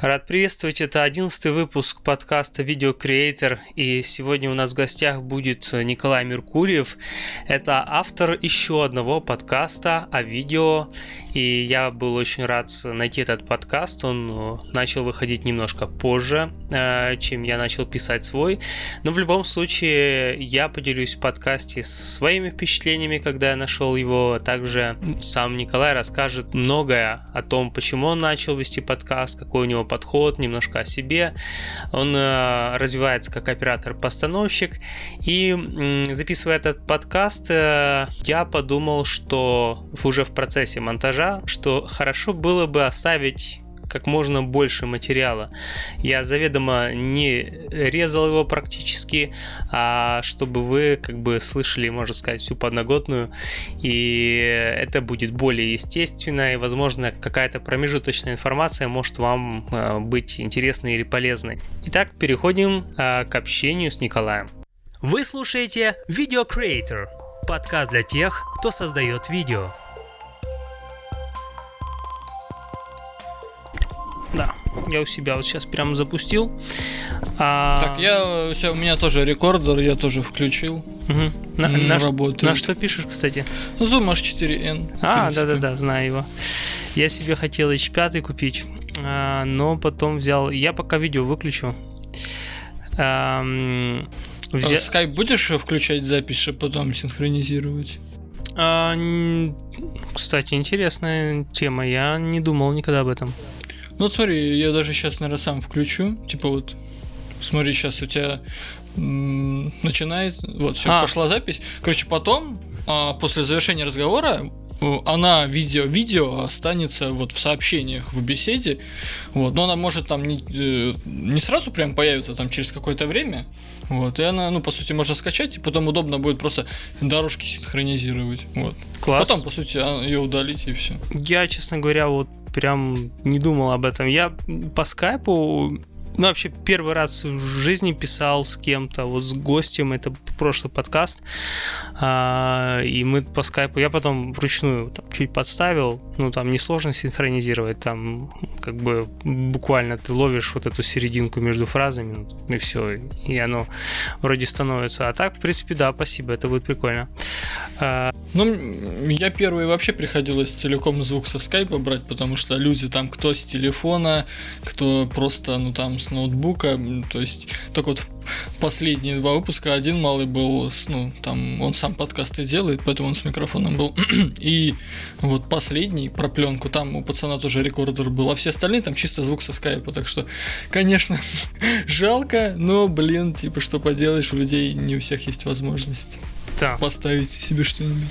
Рад приветствовать, это 11-й выпуск подкаста Video Creator, и сегодня у нас в гостях будет Николай Меркурьев. Это автор еще одного подкаста о видео, и я был очень рад найти этот подкаст. Он начал выходить немножко позже, чем я начал писать свой, но в любом случае я поделюсь в подкасте своими впечатлениями, когда я нашел его, а также сам Николай расскажет многое о том, почему он начал вести подкаст, какой у него подход, немножко о себе. Он развивается как оператор-постановщик. И записывая этот подкаст, я подумал, что уже в процессе монтажа, что хорошо было бы оставить как можно больше материала. Я заведомо не резал его практически, а чтобы вы как бы слышали, можно сказать, всю подноготную, и это будет более естественно, и, возможно, какая-то промежуточная информация может вам быть интересной или полезной. Итак, переходим к общению с Николаем. Вы слушаете Video Creator, подкаст для тех, кто создает видео. Да, я у себя вот сейчас прям запустил. Так, у меня тоже рекордер, я тоже включил. Угу. На что пишешь, кстати? Zoom H4n. Да, знаю его. Я себе хотел H5 купить, но потом взял. Я пока видео выключу. Skype будешь включать запись, чтобы потом синхронизировать? Кстати, интересная тема. Я не думал никогда об этом. Ну вот смотри, я даже сейчас, наверное, сам включу. Типа вот, смотри, сейчас у тебя начинает... Вот, все, пошла запись. Короче, потом, после завершения разговора, видео останется вот в сообщениях в беседе. Вот, но она может там не сразу прям появиться там через какое-то время. Вот, и она, по сути, можно скачать, и потом удобно будет просто дорожки синхронизировать. Вот. Класс. Потом, по сути, ее удалить, и все. Я, честно говоря, вот прям не думал об этом. Я по скайпу, вообще первый раз в жизни писал с кем-то, вот с гостем, это прошлый подкаст, и мы по скайпу, я потом вручную там чуть подставил, там несложно синхронизировать, там как бы буквально ты ловишь вот эту серединку между фразами, и все, и оно вроде становится. А так, в принципе, да, спасибо, это будет прикольно. Я первый вообще приходилось целиком звук со скайпа брать, потому что люди там, кто с телефона, кто просто, с ноутбука, то есть только вот последние 2 выпуска один малый был, там он сам подкасты делает, поэтому он с микрофоном был, и вот последний про пленку, там у пацана тоже рекордер был, а все остальные там чисто звук со скайпа, так что, конечно, жалко, но, что поделаешь, у людей не у всех есть возможность поставить себе что-нибудь.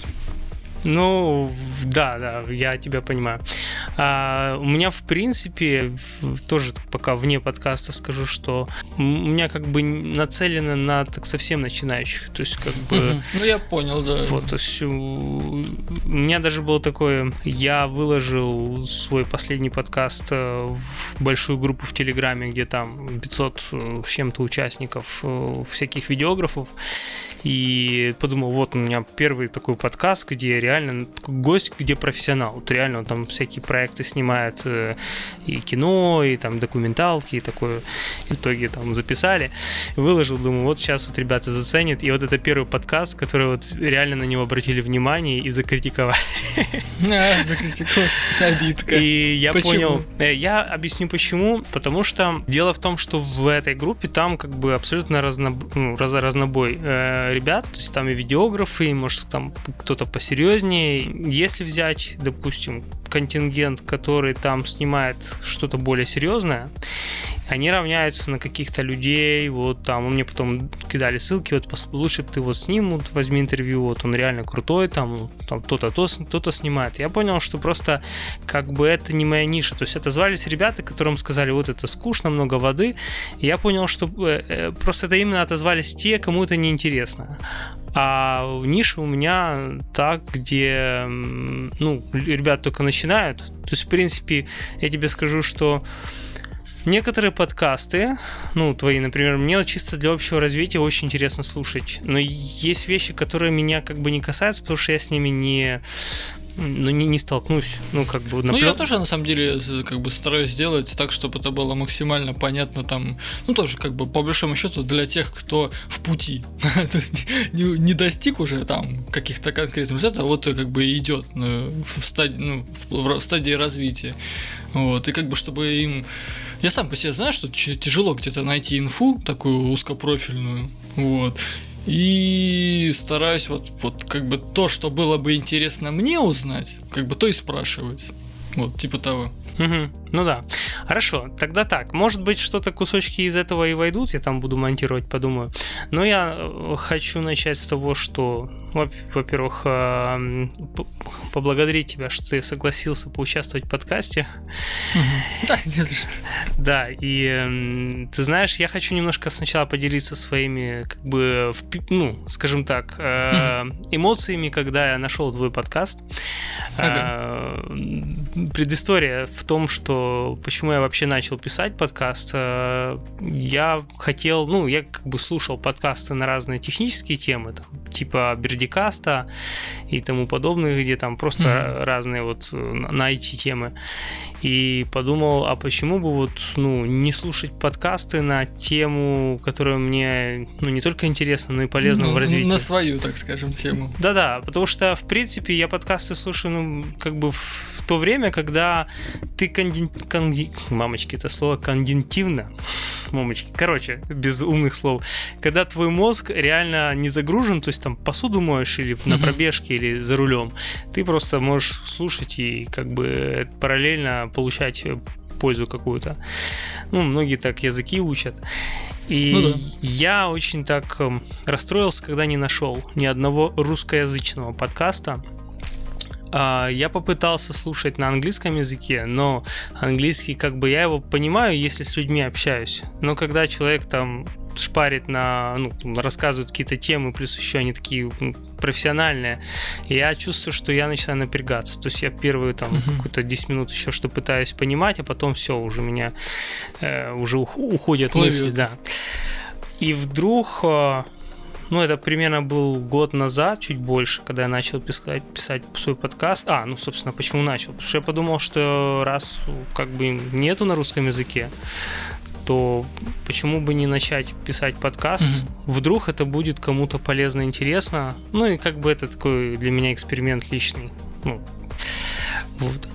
Да, я тебя понимаю. У меня, в принципе, тоже пока вне подкаста скажу, что у меня как бы нацелено на так совсем начинающих. То есть, как бы... я понял, да. Вот, то есть, у меня даже было такое... Я выложил свой последний подкаст в большую группу в Телеграме, где там 500 с чем-то участников, всяких видеографов. И подумал, вот у меня первый такой подкаст, где реально гость, где профессионал. Вот реально он там всякие проекты снимает, и кино, и там документалки, и такое. В итоге там записали, выложил, думаю, вот сейчас вот ребята заценят. И вот это первый подкаст, который вот реально на него обратили внимание и закритиковали. Закритиковали. Обидка. И я понял, я объясню почему. Потому что дело в том, что в этой группе там как бы абсолютно разнобой ребят, то есть там и видеографы, и может там кто-то посерьезнее. Если взять, допустим, контингент, который там снимает что-то более серьезное, они равняются на каких-то людей, вот там, мне потом кидали ссылки, вот лучше бы ты вот с ним вот возьми интервью, вот он реально крутой, там то-то снимает. Я понял, что просто как бы это не моя ниша, то есть отозвались ребята, которым сказали, вот это скучно, много воды, и я понял, что просто это именно отозвались те, кому это неинтересно. А ниша у меня так, где, ребята только начинают, то есть, в принципе, я тебе скажу, что некоторые подкасты, твои, например, мне чисто для общего развития очень интересно слушать, но есть вещи, которые меня как бы не касаются, потому что я с ними не столкнусь. Я тоже, на самом деле, как бы стараюсь сделать так, чтобы это было максимально понятно там, тоже как бы по большому счету для тех, кто в пути. То есть не достиг уже там каких-то конкретных результатов, а вот как бы идет в стадии развития. Вот, и как бы чтобы им... Я сам по себе знаю, что тяжело где-то найти инфу такую узкопрофильную, вот. И стараюсь вот как бы то, что было бы интересно мне узнать, как бы то и спрашивать. Вот, типа того. Ну да. Хорошо, тогда так. Может быть, что-то кусочки из этого и войдут, я там буду монтировать, подумаю. Но я хочу начать с того, что, во-первых, поблагодарить тебя, что ты согласился поучаствовать в подкасте. Да, не за что. Да, и ты знаешь, я хочу немножко сначала поделиться своими, как бы, скажем так, эмоциями, когда я нашел твой подкаст. Предыстория в том, что почему я вообще начал писать подкаст. Я хотел, я как бы слушал подкасты на разные технические темы, там, типа Бердикаста и тому подобное, где там просто разные на IT-темы. И подумал, а почему бы не слушать подкасты на тему, которая мне не только интересна, но и полезна в развитии. На свою, так скажем, тему. Да-да, потому что, в принципе, я подкасты слушаю, как бы в то время, когда ты мамочки, это слово кондитивно. Мамочки. Короче, без умных слов. Когда твой мозг реально не загружен, то есть там посуду моешь или на пробежке, или за рулем, ты просто можешь слушать и как бы параллельно получать пользу какую-то. Многие так языки учат. И я очень так расстроился, когда не нашел ни одного русскоязычного подкаста. Я попытался слушать на английском языке, но английский, как бы, я его понимаю, если с людьми общаюсь. Но когда человек там шпарит рассказывает какие-то темы, плюс еще они такие профессиональные, я чувствую, что я начинаю напрягаться. То есть я первые там какую-то 10 минут еще что пытаюсь понимать, а потом все, уже меня уже уходят мысли, да. И вдруг... это примерно был год назад, чуть больше, когда я начал писать свой подкаст. Собственно, почему начал? Потому что я подумал, что раз как бы нету на русском языке, то почему бы не начать писать подкаст? Вдруг это будет кому-то полезно, интересно. И как бы это такой для меня эксперимент личный. Вот.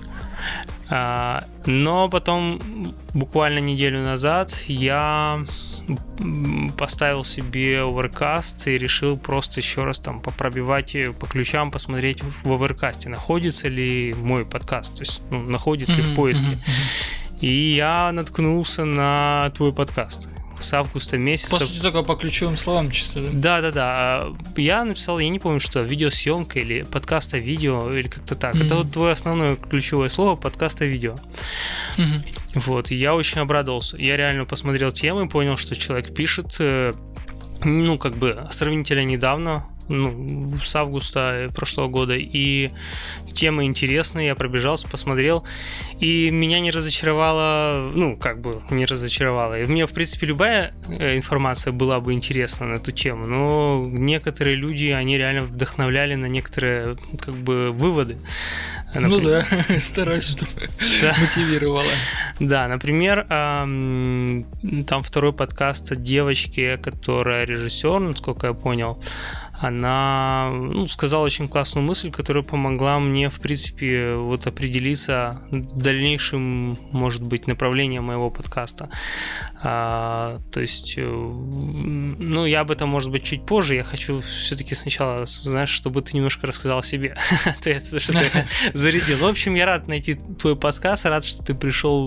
Но потом, буквально неделю назад, я поставил себе Overcast и решил просто еще раз там попробивать по ключам, посмотреть в Overcast, находится ли мой подкаст, то есть находит ли в поиске. И я наткнулся на твой подкаст с августа месяца. По сути, только по ключевым словам чисто, да? Да. Я написал, я не помню, что, видеосъемка или подкаст о видео, или как-то так. Это вот твое основное ключевое слово, подкаст о видео. Вот, и я очень обрадовался. Я реально посмотрел темы, понял, что человек пишет, как бы сравнительно недавно, с августа прошлого года, и тема интересная, я пробежался, посмотрел, и меня не разочаровало, не разочаровало. И мне, в принципе, любая информация была бы интересна на эту тему, но некоторые люди, они реально вдохновляли на некоторые, как бы, выводы. Например, стараюсь, чтобы мотивировало. Да, например, там второй подкаст от девочки, которая режиссер, насколько я понял, она сказала очень классную мысль, которая помогла мне, в принципе, определиться дальнейшим, может быть, направлением моего подкаста. То есть, я об этом, может быть, чуть позже. Я хочу все-таки сначала, знаешь, чтобы ты немножко рассказал о себе. Ты зарядил. В общем, я рад найти твой подкаст, рад, что ты пришел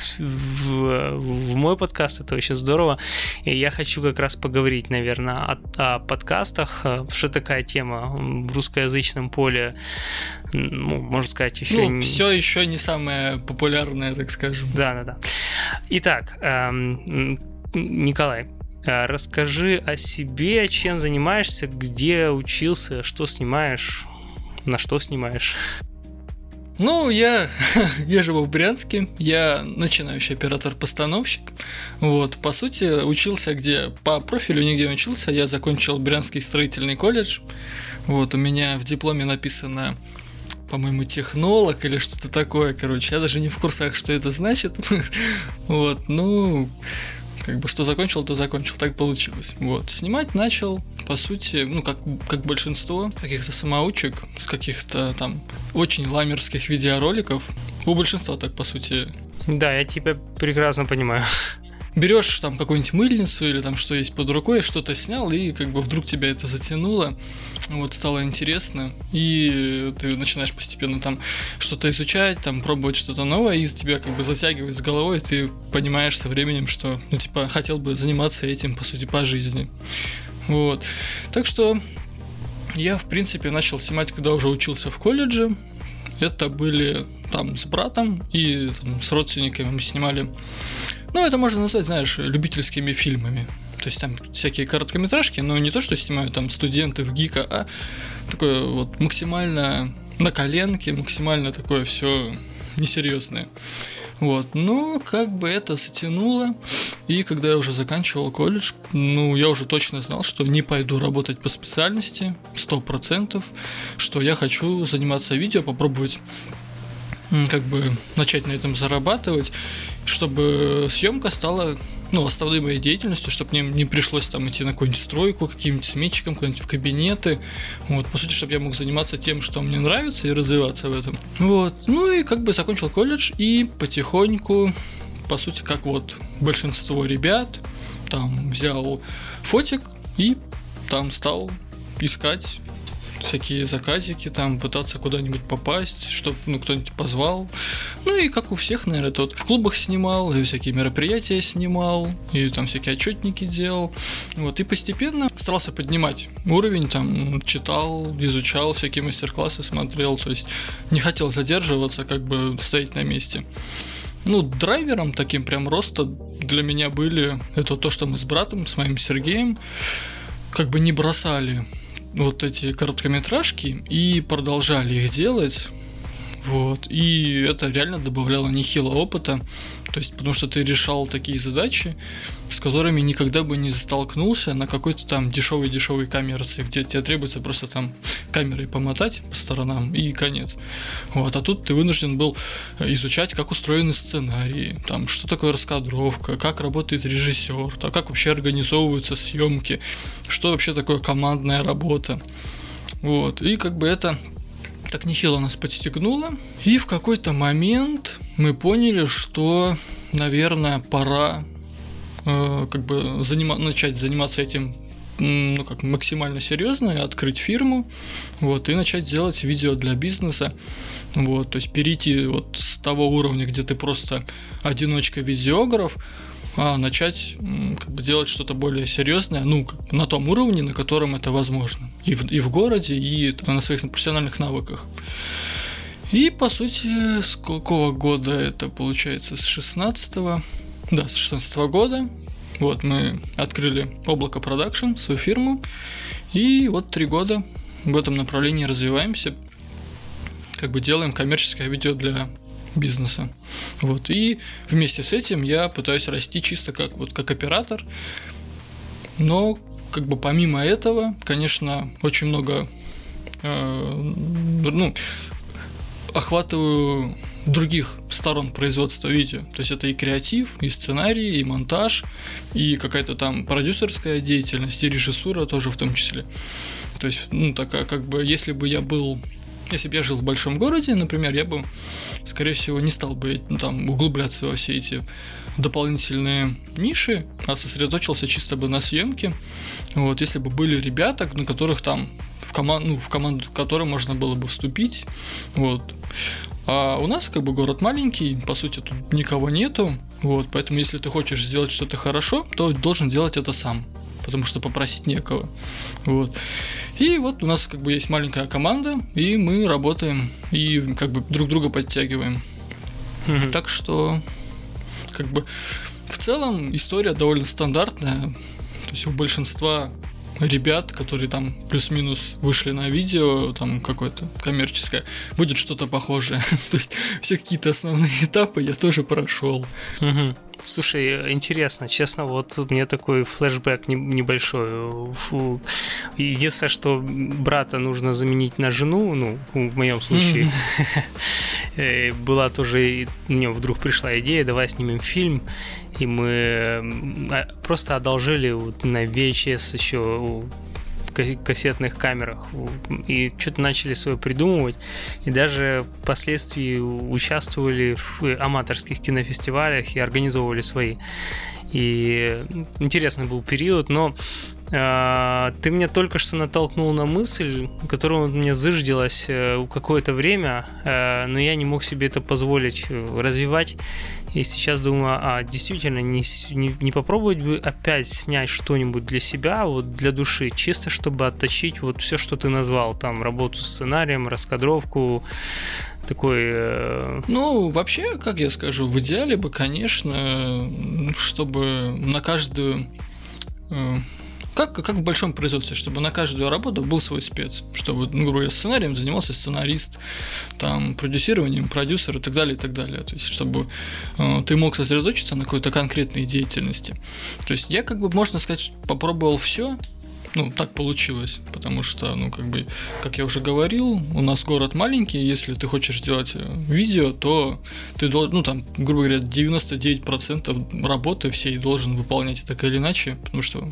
в мой подкаст. Это очень здорово. И я хочу как раз поговорить, наверное, о подкастах. Что такая тема в русскоязычном поле, можно сказать, еще... все еще не самое популярное, так скажем. Да. Итак, Николай, расскажи о себе, чем занимаешься, где учился, что снимаешь, на что снимаешь. Я живу в Брянске, я начинающий оператор-постановщик. Вот, по сути, учился где? По профилю нигде не учился, я закончил Брянский строительный колледж. Вот, у меня в дипломе написано, по-моему, технолог или что-то такое, короче. Я даже не в курсах, что это значит. Вот, ну, как бы что закончил, то закончил, так получилось. Вот, снимать начал, по сути, ну, как большинство каких-то самоучек с каких-то там очень ламерских видеороликов. У большинства так, по сути. Да, я тебя прекрасно понимаю. Берешь там какую-нибудь мыльницу или там что есть под рукой, что-то снял, и как бы вдруг тебя это затянуло, вот стало интересно, и ты начинаешь постепенно там что-то изучать, там пробовать что-то новое, и тебя как бы затягивает с головой, и ты понимаешь со временем, что, ну, типа, хотел бы заниматься этим, по сути, по жизни. Вот. Так что я, в принципе, начал снимать, когда уже учился в колледже. Это были там с братом и там, с родственниками мы снимали. Ну, это можно назвать, знаешь, любительскими фильмами. То есть там всякие короткометражки, но не то, что снимают там студенты в ГИКа, а такое вот максимально на коленке, максимально такое все несерьезное. Вот, ну, как бы это затянуло, и когда я уже заканчивал колледж, ну, я уже точно знал, что не пойду работать по специальности, 100%, что я хочу заниматься видео, попробовать как бы начать на этом зарабатывать, чтобы съемка стала, ну, основной моей деятельностью, чтобы мне не пришлось там идти на какую-нибудь стройку, каким-нибудь сметчиком, куда-нибудь в кабинеты, вот, по сути, чтобы я мог заниматься тем, что мне нравится, и развиваться в этом. Вот, ну и как бы закончил колледж, и потихоньку, по сути, как вот большинство ребят, там взял фотик и там стал искать всякие заказики, там пытаться куда-нибудь попасть, чтобы, ну, кто-нибудь позвал. Ну и как у всех, наверное, тот в клубах снимал, и всякие мероприятия снимал, и там всякие отчетники делал. Вот, и постепенно старался поднимать уровень, там читал, изучал, всякие мастер-классы смотрел, то есть не хотел задерживаться, как бы стоять на месте. Ну, драйвером таким прям роста для меня были, это то, что мы с братом, с моим Сергеем, как бы не бросали вот эти короткометражки и продолжали их делать. Вот. И это реально добавляло нехило опыта. То есть, потому что ты решал такие задачи, с которыми никогда бы не столкнулся на какой-то там дешевой камерце, где тебе требуется просто там камерой помотать по сторонам и конец. Вот. А тут ты вынужден был изучать, как устроены сценарии, там, что такое раскадровка, как работает режиссер, там, как вообще организовываются съемки, что вообще такое командная работа. Вот. И как бы это так нехило нас подстегнуло, и в какой-то момент мы поняли, что, наверное, пора как бы начать заниматься этим, ну, как максимально серьезно, и открыть фирму, вот, и начать делать видео для бизнеса, вот, то есть перейти вот с того уровня, где ты просто одиночка-видеограф, а начать как бы делать что-то более серьезное, ну, как бы на том уровне, на котором это возможно. И в городе, и на своих профессиональных навыках. И, по сути, с какого года это получается? С 16-го года. Вот, мы открыли Облако Продакшн, свою фирму. И вот 3 года в этом направлении развиваемся. Как бы делаем коммерческое видео для бизнеса. Вот. И вместе с этим я пытаюсь расти чисто как оператор. Но как бы помимо этого, конечно, очень много охватываю других сторон производства видео. То есть это и креатив, и сценарий, и монтаж, и какая-то там продюсерская деятельность, и режиссура тоже в том числе. То есть, ну, такая как бы, если бы я жил в большом городе, например, я бы, скорее всего, не стал бы там углубляться во все эти дополнительные ниши, а сосредоточился чисто бы на съемке. Вот, если бы были ребята, на которых там в команду, в которой можно было бы вступить. Вот. А у нас как бы город маленький, по сути, тут никого нету. Вот, поэтому если ты хочешь сделать что-то хорошо, то должен делать это сам, потому что попросить некого. Вот. И вот у нас как бы есть маленькая команда, и мы работаем и как бы друг друга подтягиваем. Так что как бы в целом история довольно стандартная. То есть у большинства ребят, которые там плюс-минус вышли на видео, там какое-то коммерческое, будет что-то похожее. То есть все какие-то основные этапы я тоже прошел. Слушай, интересно, честно, вот у меня такой флешбэк небольшой. Единственное, что брата нужно заменить на жену, ну, в моем случае. Была тоже, мне вдруг пришла идея, давай снимем фильм, и мы просто одолжили на VHS еще кассетных камерах и что-то начали свое придумывать, и даже впоследствии участвовали в аматорских кинофестивалях и организовывали свои. И интересный был период, но ты меня только что натолкнул на мысль, которая у меня зыждилась какое-то время, но я не мог себе это позволить развивать. И сейчас думаю, действительно, не попробовать бы опять снять что-нибудь для себя, вот для души, чисто чтобы отточить вот все, что ты назвал, там, работу с сценарием, раскадровку, такой... Ну, вообще, как я скажу, в идеале бы, конечно, чтобы на каждую... Как в большом производстве, чтобы на каждую работу был свой спец, чтобы, ну, грубо говоря, сценарием занимался сценарист, там, продюсированием продюсер и так далее, и так далее. То есть, чтобы ты мог сосредоточиться на какой-то конкретной деятельности. То есть, я, как бы, можно сказать, попробовал все. Ну, так получилось, потому что, ну, как бы, как я уже говорил, у нас город маленький, если ты хочешь делать видео, то ты должен, ну, там, грубо говоря, 99% работы всей должен выполнять так или иначе, потому что,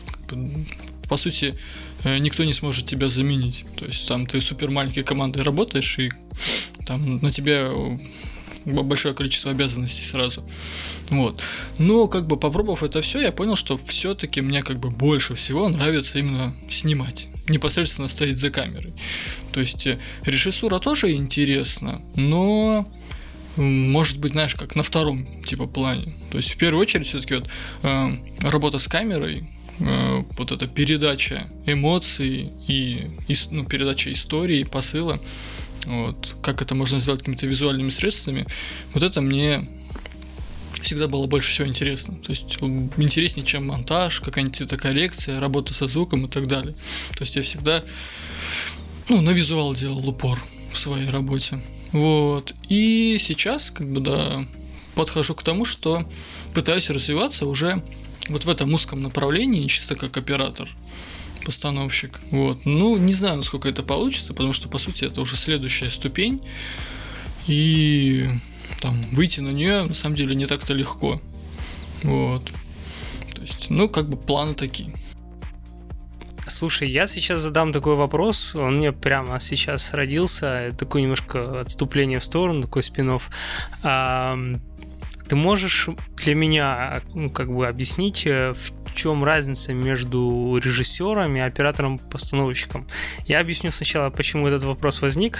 по сути, никто не сможет тебя заменить. То есть, там, ты супер маленькой командой работаешь, и там на тебя большое количество обязанностей сразу. Вот. Но, как бы, попробовав это все, я понял, что все-таки мне, как бы, больше всего нравится именно снимать, непосредственно стоять за камерой. То есть режиссура тоже интересна, но может быть, знаешь, как на втором типа плане. То есть в первую очередь все-таки вот работа с камерой, вот эта передача эмоций и ну, передача истории, посыла, вот, как это можно сделать какими-то визуальными средствами, вот это мне всегда было больше всего интересно. То есть интереснее, чем монтаж, какая-нибудь цветокоррекция, работа со звуком и так далее. То есть я всегда, ну, на визуал делал упор в своей работе. Вот. И сейчас, как бы, да, подхожу к тому, что пытаюсь развиваться уже вот в этом узком направлении, чисто как оператор, постановщик. Вот. Ну, не знаю, насколько это получится, потому что, по сути, это уже следующая ступень. И там выйти на нее на самом деле не так-то легко. Вот. То есть, ну, как бы планы такие. Слушай, я сейчас задам такой вопрос, он мне прямо сейчас родился, такое немножко отступление в сторону, такой спин-офф. Ты можешь для меня, ну, как бы объяснить, в чем разница между режиссером и оператором-постановщиком? Я объясню сначала, почему этот вопрос возник.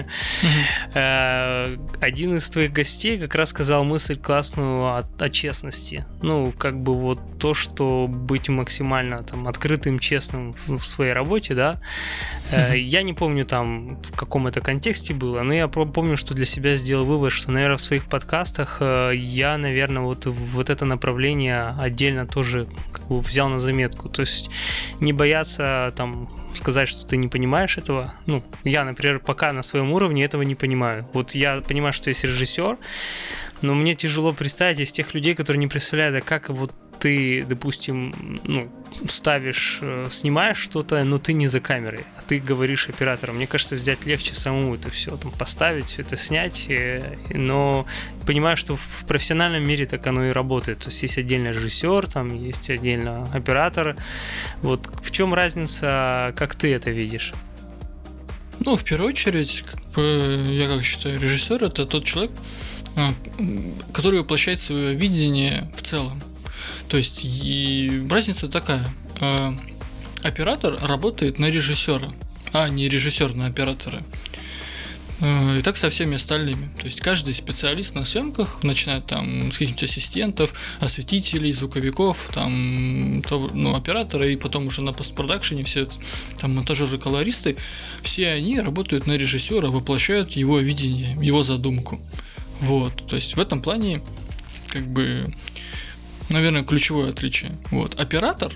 Один из твоих гостей как раз сказал мысль классную о честности. Ну, как бы вот то, что быть максимально там открытым, честным в своей работе, да. Я не помню там, в каком это контексте было, но я помню, что для себя сделал вывод, что, наверное, в своих подкастах я, наверное, вот это направление отдельно тоже как бы взял на заметку. То есть не бояться там сказать, что ты не понимаешь этого. Ну, я, например, пока на своем уровне этого не понимаю. Вот я понимаю, что есть режиссер, но мне тяжело представить из тех людей, которые не представляют, а как вот ты, допустим, ну, ставишь, снимаешь что-то, но ты не за камерой, а ты говоришь оператору. Мне кажется, взять легче самому это все там поставить, все это снять, но понимаю, что в профессиональном мире так оно и работает. То есть есть отдельно режиссер, там есть отдельно оператор. Вот в чем разница, как ты это видишь? Ну, в первую очередь, как бы, я как считаю, режиссер — это тот человек, который воплощает свое видение в целом. То есть и разница такая: оператор работает на режиссера, а не режиссер на оператора. И так со всеми остальными. То есть каждый специалист на съемках, начиная там с каких-нибудь ассистентов, осветителей, звуковиков, там, ну, оператора, и потом уже на постпродакшене все там монтажеры, колористы, все они работают на режиссера, воплощают его видение, его задумку. Вот. То есть в этом плане, как бы, наверное, ключевое отличие. Вот. Оператор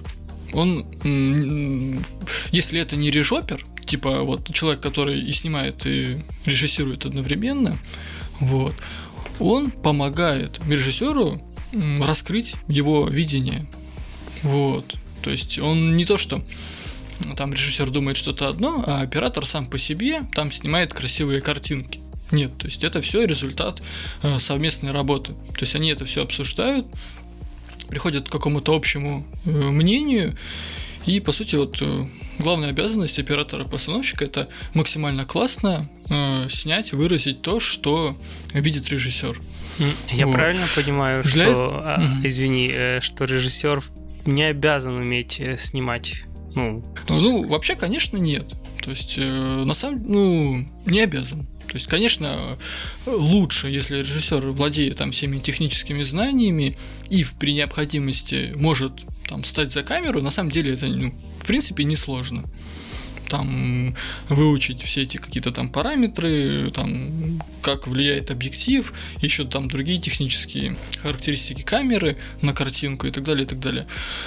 если это не режопер, типа вот человек, который и снимает, и режиссирует одновременно, вот, он помогает режиссеру раскрыть его видение. Вот. То есть он не то, что там режиссер думает что-то одно, а оператор сам по себе там снимает красивые картинки. Нет, то есть это все результат совместной работы. То есть они это все обсуждают, приходят к какому-то общему мнению, и, по сути, вот главная обязанность оператора-постановщика — это максимально классно снять, выразить то, что видит режиссер. Я правильно понимаю, что, извини, что режиссер не обязан уметь снимать? Ну, вообще, конечно, нет. То есть, на самом не обязан. То есть, конечно, лучше, если режиссер владеет там всеми техническими знаниями и при необходимости может там стать за камеру. На самом деле это, в принципе, несложно. Там выучить все эти какие-то там параметры, там как влияет объектив, еще там другие технические характеристики камеры на картинку и так далее, и так далее.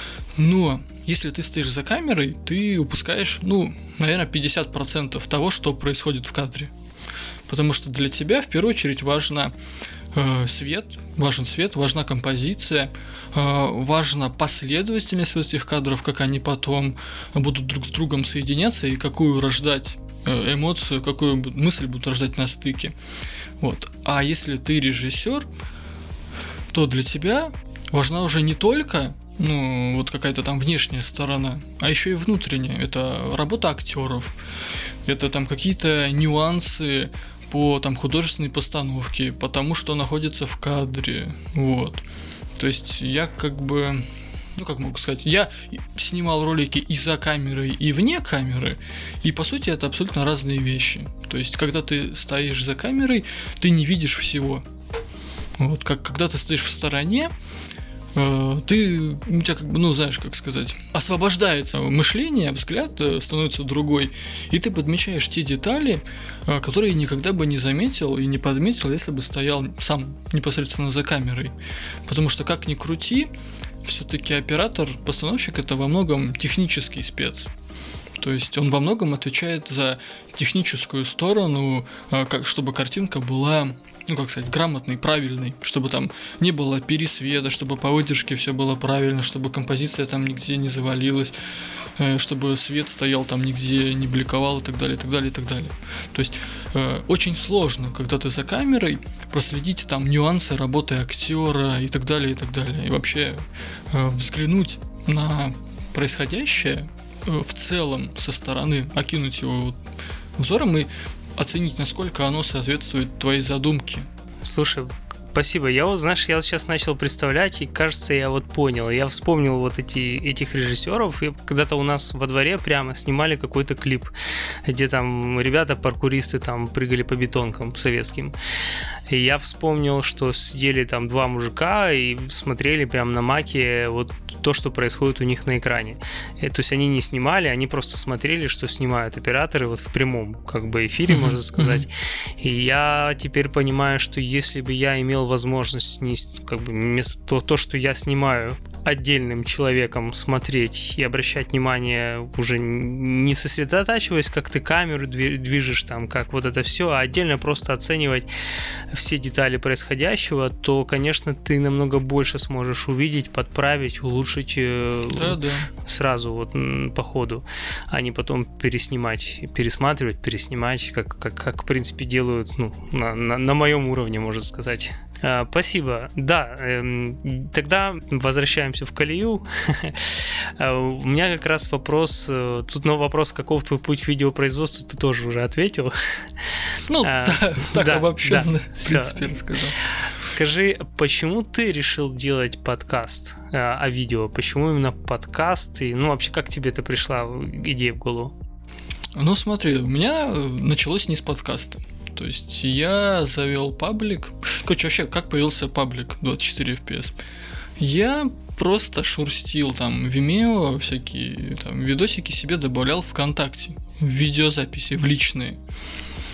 Но если ты стоишь за камерой, ты упускаешь, наверное, 50% того, что происходит в кадре. Потому что для тебя в первую очередь важен свет, важна композиция, важна последовательность этих кадров, как они потом будут друг с другом соединяться и какую рождать эмоцию, какую мысль будут рождать на стыке. Вот. А если ты режиссер, то для тебя важна уже не только вот какая-то там внешняя сторона, а еще и внутренняя. Это работа актеров, это там какие-то нюансы по там художественной постановке, потому что находится в кадре, вот. То есть я как могу сказать, я снимал ролики и за камерой, и вне камеры, и по сути это абсолютно разные вещи. То есть когда ты стоишь за камерой, ты не видишь всего. Вот, когда ты стоишь в стороне, у тебя знаешь, как сказать, освобождается мышление, взгляд становится другой, и ты подмечаешь те детали, которые никогда бы не заметил и не подметил, если бы стоял сам непосредственно за камерой. Потому что, как ни крути, все-таки оператор-постановщик — это во многом технический спец. То есть он во многом отвечает за техническую сторону, чтобы картинка была, грамотной, правильной, чтобы там не было пересвета, чтобы по выдержке все было правильно, чтобы композиция там нигде не завалилась, чтобы свет стоял там нигде не бликовал и так далее, и так далее, и так далее. То есть очень сложно, когда ты за камерой, проследить там нюансы работы актера и так далее, и так далее. И вообще взглянуть на происходящее в целом со стороны, окинуть его взором и оценить, насколько оно соответствует твоей задумке. Слушай, спасибо. Я сейчас начал представлять, и кажется, я понял. Я вспомнил этих режиссеров, и когда-то у нас во дворе прямо снимали какой-то клип, где там ребята-паркуристы там прыгали по бетонкам советским. И я вспомнил, что сидели там два мужика и смотрели прямо на маке то, что происходит у них на экране. То есть они не снимали, они просто смотрели, что снимают операторы в прямом эфире, можно сказать. И я теперь понимаю, что если бы я имел возможность вместо то, что я снимаю, отдельным человеком смотреть и обращать внимание, уже не сосредотачиваясь, как ты камеру движешь, там, как это все, а отдельно просто оценивать все детали происходящего, то, конечно, ты намного больше сможешь увидеть, подправить, улучшить сразу по ходу, а не потом пересматривать, переснимать, как в принципе делают на моем уровне, можно сказать. Спасибо. Да, тогда возвращаемся в колею. У меня как раз вопрос, вопрос, каков твой путь в видеопроизводству, ты тоже уже ответил. Обобщенно, в принципе, рассказал. Скажи, почему ты решил делать подкаст о видео? Почему именно подкаст? И, вообще, как тебе это пришла идея в голову? Смотри, у меня началось не с подкаста. То есть я завел паблик. Вообще, как появился паблик 24 FPS? Я просто шурстил там Vimeo, всякие там видосики себе добавлял ВКонтакте, в видеозаписи, в личные.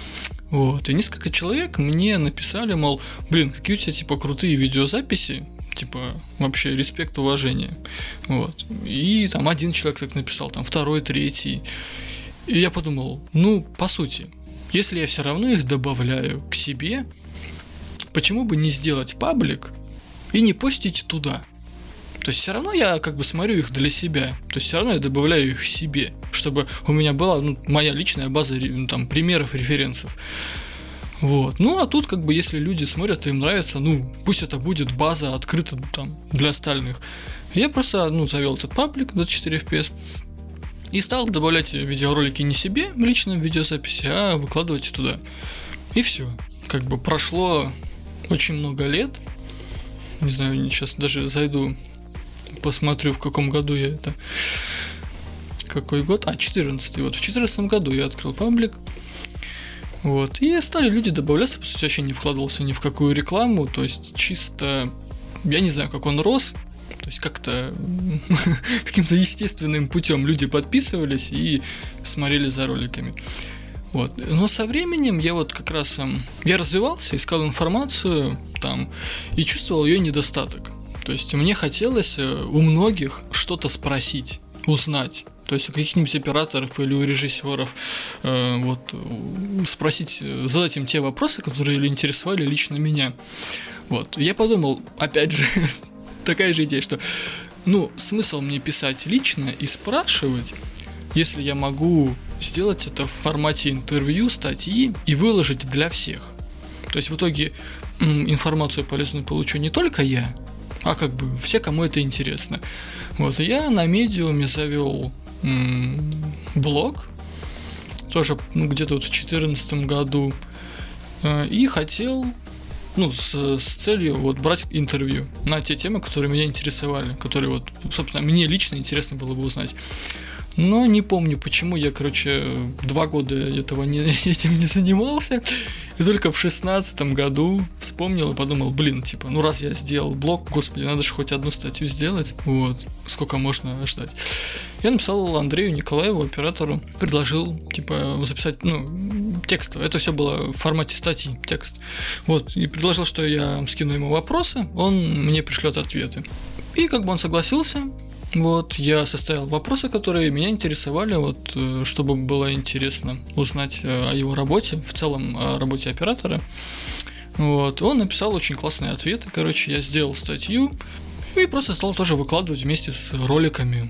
И несколько человек мне написали, мол, какие у тебя крутые видеозаписи, типа, вообще, респект, уважение. Вот. И там один человек так написал, там второй, третий. И я подумал, ну, по сути, если я все равно их добавляю к себе, почему бы не сделать паблик и не постить туда? То есть все равно я как бы смотрю их для себя. То есть все равно я добавляю их себе, чтобы у меня была моя личная база там, примеров, референсов. Вот. Ну, а тут, как бы, если люди смотрят, им нравится, ну, пусть это будет база открыта там для остальных. Я просто, завел этот паблик 24 FPS и стал добавлять видеоролики не себе лично в видеозаписи, а выкладывать туда. И все. Как бы прошло очень много лет. Не знаю, сейчас даже зайду, посмотрю, в каком году я это... Какой год? 14-й. Вот в 14-м году я открыл паблик. Вот. И стали люди добавляться, по сути, вообще не вкладывался ни в какую рекламу, то есть чисто, я не знаю, как он рос, то есть как-то каким-то естественным путем люди подписывались и смотрели за роликами. Вот. Но со временем я вот как раз я развивался, искал информацию там и чувствовал ее недостаток. То есть мне хотелось у многих что-то спросить, узнать. То есть у каких-нибудь операторов или у режиссеров спросить, задать им те вопросы, которые интересовали лично меня. Вот. Я подумал, опять же, такая же идея, что смысл мне писать лично и спрашивать, если я могу сделать это в формате интервью, статьи и выложить для всех. То есть в итоге информацию полезную получу не только я, а как бы все, кому это интересно. Вот. И я на Medium завел блог, тоже где-то вот в 2014 году, и хотел, с целью вот брать интервью на те темы, которые меня интересовали, которые вот, собственно, мне лично интересно было бы узнать. Но не помню, почему я, 2 года этим не занимался. И только в 2016 году вспомнил и подумал, раз я сделал блог, господи, надо же хоть одну статью сделать. Вот, сколько можно ждать. Я написал Андрею Николаеву, оператору, предложил, записать, текстово. Это все было в формате статьи, текст. Вот, и предложил, что я скину ему вопросы, он мне пришлет ответы. И он согласился. Вот, я составил вопросы, которые меня интересовали, чтобы было интересно узнать о его работе, в целом о работе оператора. Вот, он написал очень классные ответы, я сделал статью и просто стал тоже выкладывать вместе с роликами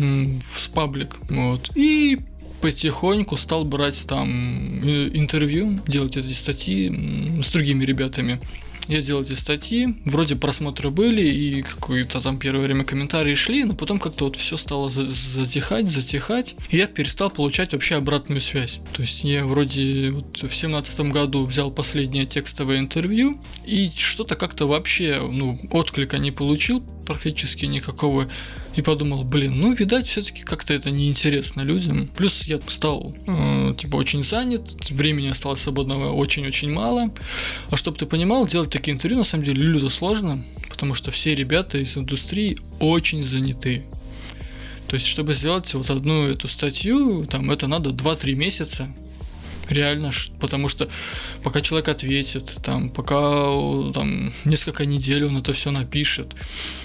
в паблик. Вот, и потихоньку стал брать там интервью, делать эти статьи с другими ребятами. Я делал эти статьи, вроде просмотры были, и какое-то там первое время комментарии шли, но потом как-то все стало затихать, и я перестал получать вообще обратную связь. То есть я вроде в 2017 году взял последнее текстовое интервью, и что-то как-то вообще, отклика не получил практически никакого, и подумал, видать, все-таки как-то это неинтересно людям. Плюс я стал, очень занят, времени осталось свободного очень-очень мало. А чтобы ты понимал, делать такие интервью, на самом деле, люто сложно, потому что все ребята из индустрии очень заняты. То есть, чтобы сделать одну эту статью, это надо 2-3 месяца. Реально, потому что пока человек ответит, пока несколько недель он это все напишет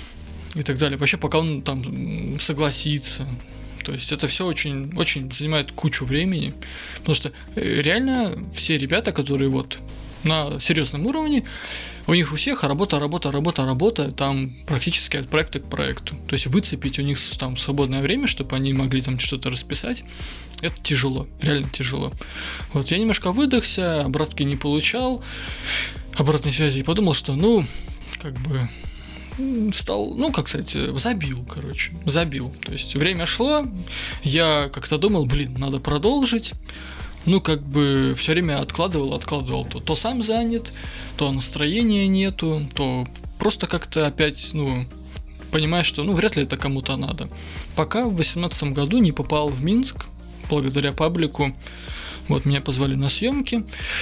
и так далее, вообще пока он согласится. То есть это все очень, очень занимает кучу времени, потому что реально все ребята, которые на серьезном уровне, у них у всех работа, там практически от проекта к проекту. То есть выцепить у них свободное время, чтобы они могли что-то расписать, это тяжело, реально тяжело. Вот, я немножко выдохся, обратки не получал, обратной связи, и подумал, что, стал, забил. То есть время шло, я как-то думал, надо продолжить. Все время откладывал, то сам занят, то настроения нету, то просто как-то опять, понимаешь, что, вряд ли это кому-то надо. Пока в 2018 году не попал в Минск, благодаря паблику, меня позвали на съемки,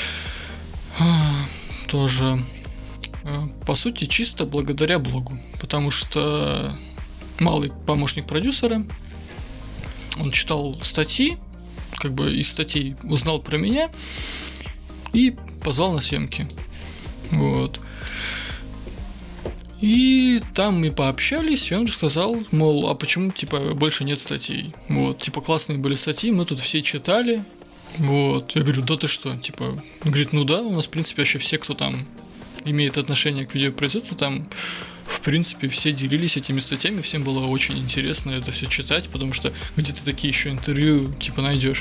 тоже, по сути, чисто благодаря блогу, потому что малый помощник продюсера, он читал статьи, из статей узнал про меня и позвал на съемки. Вот. И там мы пообщались, и он сказал, мол, а почему, типа, больше нет статей? Вот, типа, классные были статьи, мы тут все читали. Вот, я говорю, да ты что? Типа, он говорит, ну да, у нас, в принципе, вообще все, кто там имеет отношение к видеопроизводству, там, в принципе, все делились этими статьями, всем было очень интересно это все читать, потому что где-то такие еще интервью, типа, найдешь.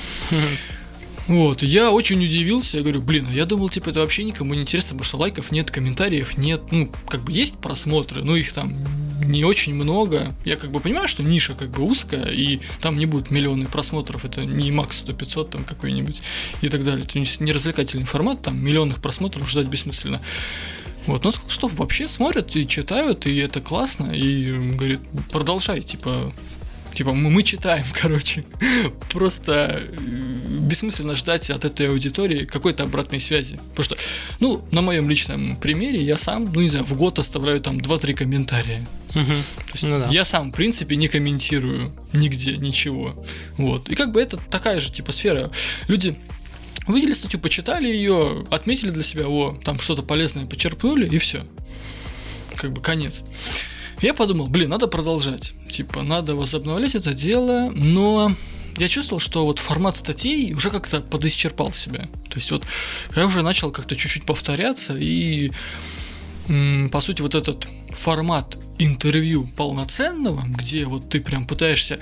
Вот, я очень удивился, я говорю, блин, я думал, типа, это вообще никому не интересно, потому что лайков нет, комментариев нет, ну, как бы есть просмотры, но их там не очень много. Я как бы понимаю, что ниша как бы узкая, и там не будут миллионы просмотров, это не макс 100-500 там какой-нибудь и так далее. Это не развлекательный формат, там миллионных просмотров ждать бессмысленно. Вот, но что вообще смотрят и читают, и это классно, и говорит, продолжай, типа мы читаем, короче. Просто бессмысленно ждать от этой аудитории какой-то обратной связи. Потому что, ну, на моем личном примере я сам, ну, не знаю, в год оставляю там 2-3 комментария. То есть я сам, в принципе, не комментирую нигде ничего. Вот. И как бы это такая же, типа, сфера. Люди увидели статью, почитали ее, отметили для себя, там что-то полезное почерпнули, и все. Как бы конец. Я подумал, надо продолжать, типа, надо возобновлять это дело, но я чувствовал, что вот формат статей уже как-то подисчерпал себя. То есть вот я уже начал как-то чуть-чуть повторяться, и по сути вот этот формат интервью полноценного, где вот ты прям пытаешься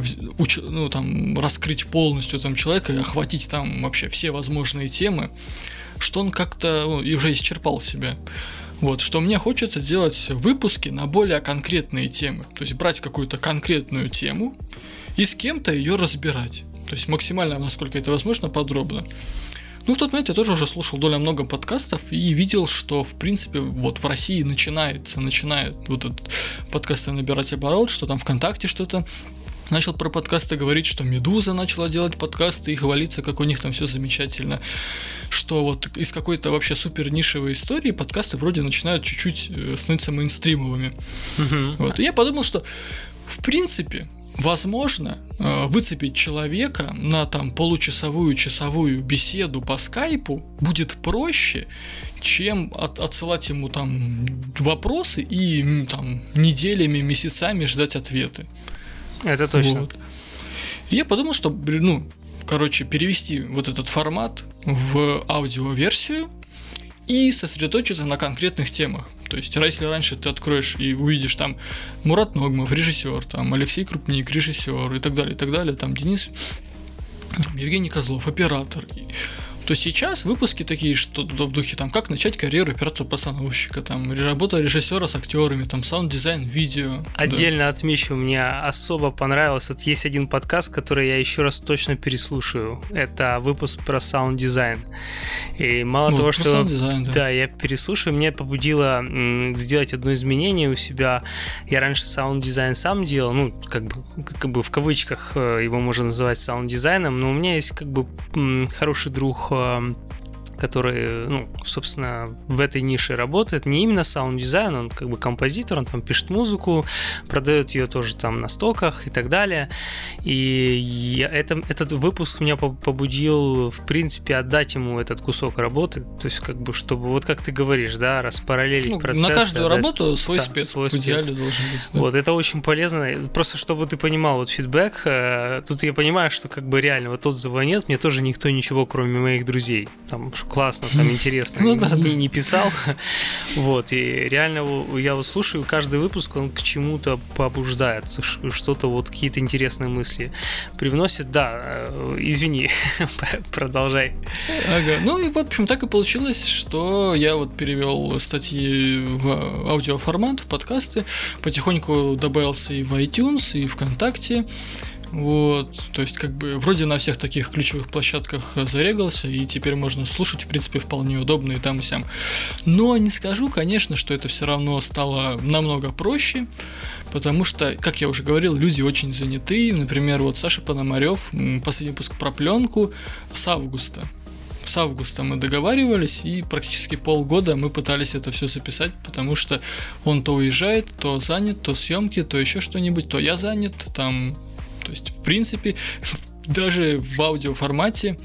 раскрыть полностью там человека и охватить там вообще все возможные темы, что он как-то и уже исчерпал себя. Вот, что мне хочется делать выпуски на более конкретные темы. То есть брать какую-то конкретную тему и с кем-то ее разбирать. То есть максимально, насколько это возможно, подробно. Ну, в тот момент я тоже уже слушал довольно много подкастов и видел, что, в принципе, вот в России начинает вот этот подкасты набирать оборот, что там ВКонтакте что-то начал про подкасты говорить, что Медуза начала делать подкасты и хвалиться, как у них там все замечательно, что вот из какой-то вообще супер нишевой истории подкасты вроде начинают чуть-чуть становиться мейнстримовыми. Вот. И я подумал, что в принципе возможно выцепить человека на там получасовую беседу по скайпу будет проще, чем отсылать ему там вопросы и там неделями, месяцами ждать ответы. Это точно. Вот. Я подумал, что, перевести вот этот формат в аудиоверсию и сосредоточиться на конкретных темах. То есть, если раньше ты откроешь и увидишь там Мурат Ногмов, режиссер, там Алексей Крупник, режиссер и так далее, там Денис, Евгений Козлов, оператор, то сейчас выпуски такие, что в духе там как начать карьеру оператора-постановщика, там работа режиссера с актерами, там саунд-дизайн, видео. Отдельно отмечу, мне особо понравилось. Вот есть один подкаст, который я еще раз точно переслушаю. Это выпуск про саунд-дизайн. И мало того, что да, я переслушаю, меня побудило сделать одно изменение у себя. Я раньше саунд-дизайн сам делал, как бы в кавычках его можно называть саунд-дизайном, но у меня есть как бы хороший друг, который, собственно, в этой нише работает, не именно саунд-дизайн, он как бы композитор, он там пишет музыку, продает ее тоже там на стоках и так далее. И этот выпуск меня побудил, в принципе, отдать ему этот кусок работы, то есть как бы, чтобы, вот как ты говоришь, да, распараллелить процесс. На каждую работу свой спец в идеале должен быть. Да. Вот, это очень полезно, просто чтобы ты понимал, вот фидбэк, тут я понимаю, что как бы реально вот отзыва нет, мне тоже никто ничего, кроме моих друзей, там классно, там интересно, не писал. Вот, и реально я вот слушаю, каждый выпуск, он к чему-то побуждает, что-то вот, какие-то интересные мысли привносит. Да, извини, продолжай. Ага, и в общем так и получилось, что я вот перевел статьи в аудиоформат, в подкасты, потихоньку добавился и в iTunes, и ВКонтакте. Вот, то есть как бы вроде на всех таких ключевых площадках зарегался, и теперь можно слушать, в принципе, вполне удобно и там, и сям. Но не скажу, конечно, что это все равно стало намного проще, потому что, как я уже говорил, люди очень заняты. Например, вот Саша Пономарев, последний выпуск про пленку с августа. С августа мы договаривались, и практически полгода мы пытались это все записать, потому что он то уезжает, то занят, то съемки, то еще что-нибудь, то я занят, там... То есть, в принципе, даже в аудиоформате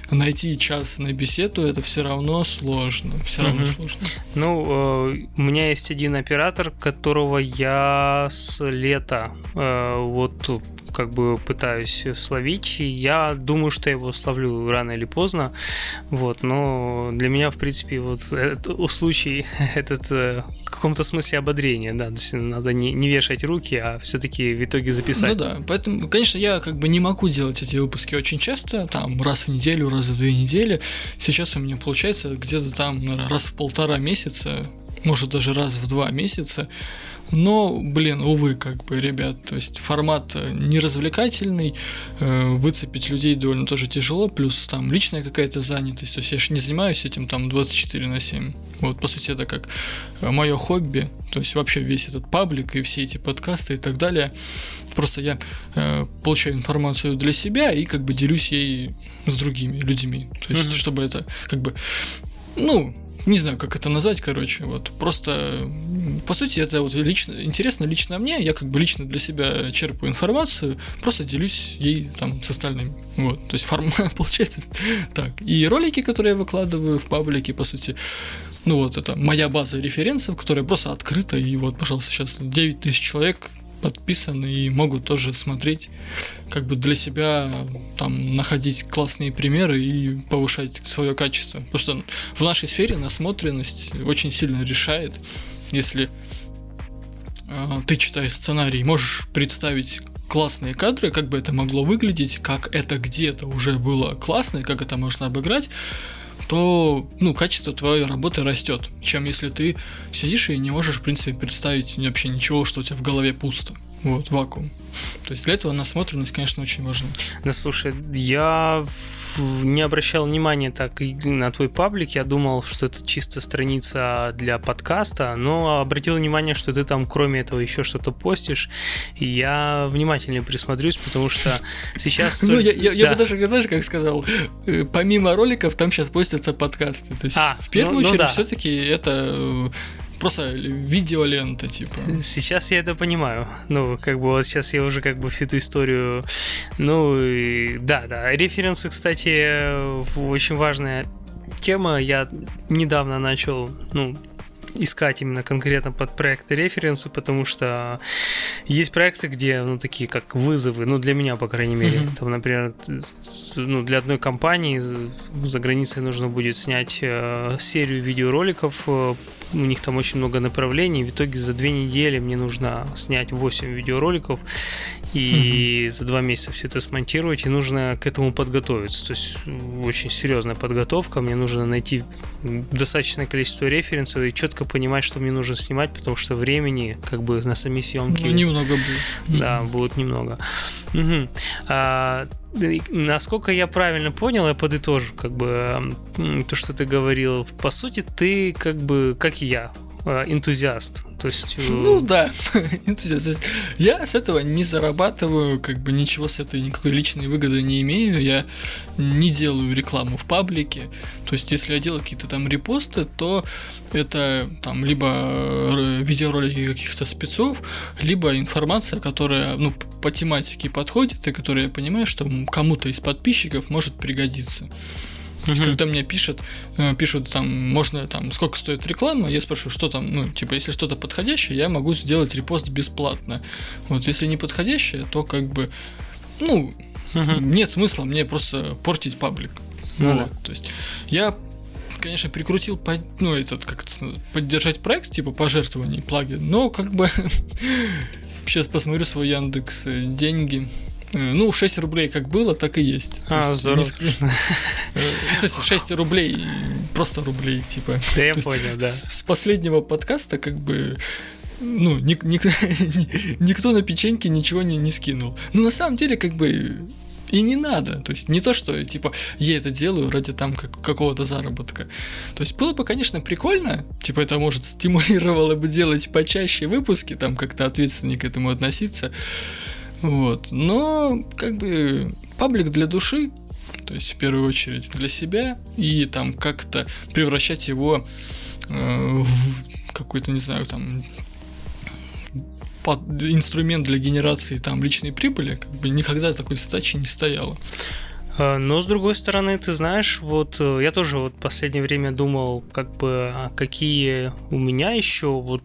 найти час на беседу, это все равно сложно. Все равно сложно. Ну, у меня есть один оператор, которого я с лета вот как бы пытаюсь словить, и я думаю, что я его словлю рано или поздно, вот, но для меня, в принципе, вот случай этот в каком-то смысле ободрение, да, то есть надо не вешать руки, а все-таки в итоге записать. Ну да, поэтому, конечно, я как бы не могу делать эти выпуски очень часто, там, раз в неделю, раз в 2 недели, сейчас у меня получается где-то там, наверное, раз в 1,5 месяца, может даже раз в 2 месяца. Но, блин, увы, как бы, ребят, то есть формат неразвлекательный, выцепить людей довольно тоже тяжело, плюс там личная какая-то занятость, то есть я же не занимаюсь этим там 24/7, вот, по сути, это как мое хобби, то есть вообще весь этот паблик и все эти подкасты и так далее, просто я получаю информацию для себя и как бы делюсь ей с другими людьми, то есть чтобы это как бы, ну, не знаю, как это назвать, короче, вот, просто, по сути, это вот интересно лично мне, я как бы лично для себя черпаю информацию, просто делюсь ей там с остальными, вот, то есть получается так, и ролики, которые я выкладываю в паблике, по сути, ну вот, это моя база референсов, которая просто открыта, и вот, пожалуйста, сейчас 9000 человек подписаны и могут тоже смотреть, как бы для себя там находить классные примеры и повышать свое качество. Потому что в нашей сфере насмотренность очень сильно решает. Если ты читаешь сценарий, можешь представить классные кадры, как бы это могло выглядеть, как это где-то уже было классно, и как это можно обыграть, то, ну, качество твоей работы растет, чем если ты сидишь и не можешь, в принципе, представить вообще ничего, что у тебя в голове пусто. Вот, вакуум. То есть для этого насмотренность, конечно, очень важна. Да, слушай, я не обращал внимания так и на твой паблик, я думал, что это чисто страница для подкаста, но обратил внимание, что ты там кроме этого еще что-то постишь, и я внимательнее присмотрюсь, потому что сейчас... Ну, я бы даже, знаешь, как сказал, помимо роликов там сейчас постятся подкасты, то есть в первую очередь все-таки это... Просто видеолента, типа. Сейчас я это понимаю. Ну, как бы вот сейчас я уже как бы всю эту историю... Ну, да. Референсы, кстати, очень важная тема. Я недавно начал, искать именно конкретно под проекты референсы, потому что есть проекты, где, такие как вызовы, для меня, по крайней мере, там, например, для одной компании за границей нужно будет снять серию видеороликов, у них там очень много направлений, в итоге за 2 недели мне нужно снять 8 видеороликов, и за 2 месяца все это смонтировать, и нужно к этому подготовиться, то есть очень серьезная подготовка, мне нужно найти достаточное количество референсов и четко понимать, что мне нужно снимать, потому что времени как бы на сами съемки... немного будет. Да, будет немного. Насколько я правильно понял, я подытожу как бы то, что ты говорил. По сути, ты как бы, как и я, энтузиаст. То есть... Ну да, энтузиаст. То есть я с этого не зарабатываю, как бы ничего с этой, никакой личной выгоды не имею. Я не делаю рекламу в паблике. То есть если я делаю какие-то там репосты, то это там либо видеоролики каких-то спецов, либо информация, которая по тематике подходит, и которая я понимаю, что кому-то из подписчиков может пригодиться. То есть, когда мне пишут там, можно там, сколько стоит реклама, я спрашиваю, что там, если что-то подходящее, я могу сделать репост бесплатно. Вот, если не подходящее, то как бы, нет смысла мне просто портить паблик. Вот, то есть, я, конечно, прикрутил, поддержать проект, типа пожертвований, плагин, но как бы, сейчас посмотрю свой Яндекс деньги. 6 рублей как было, так и есть. Здорово. 6 рублей, просто рублей, типа. Да, я понял, да. С последнего подкаста, как бы, никто на печеньке ничего не скинул. На самом деле, как бы, и не надо. То есть, не то, что, типа, я это делаю ради там какого-то заработка. То есть, было бы, конечно, прикольно, типа, это, может, стимулировало бы делать почаще выпуски, там, как-то ответственнее к этому относиться. Вот, но как бы паблик для души, то есть в первую очередь для себя, и там как-то превращать его в какой-то, не знаю, там инструмент для генерации там личной прибыли, как бы никогда такой задачи не стояло. Но, с другой стороны, ты знаешь, вот я тоже вот в последнее время думал, как бы, какие у меня еще вот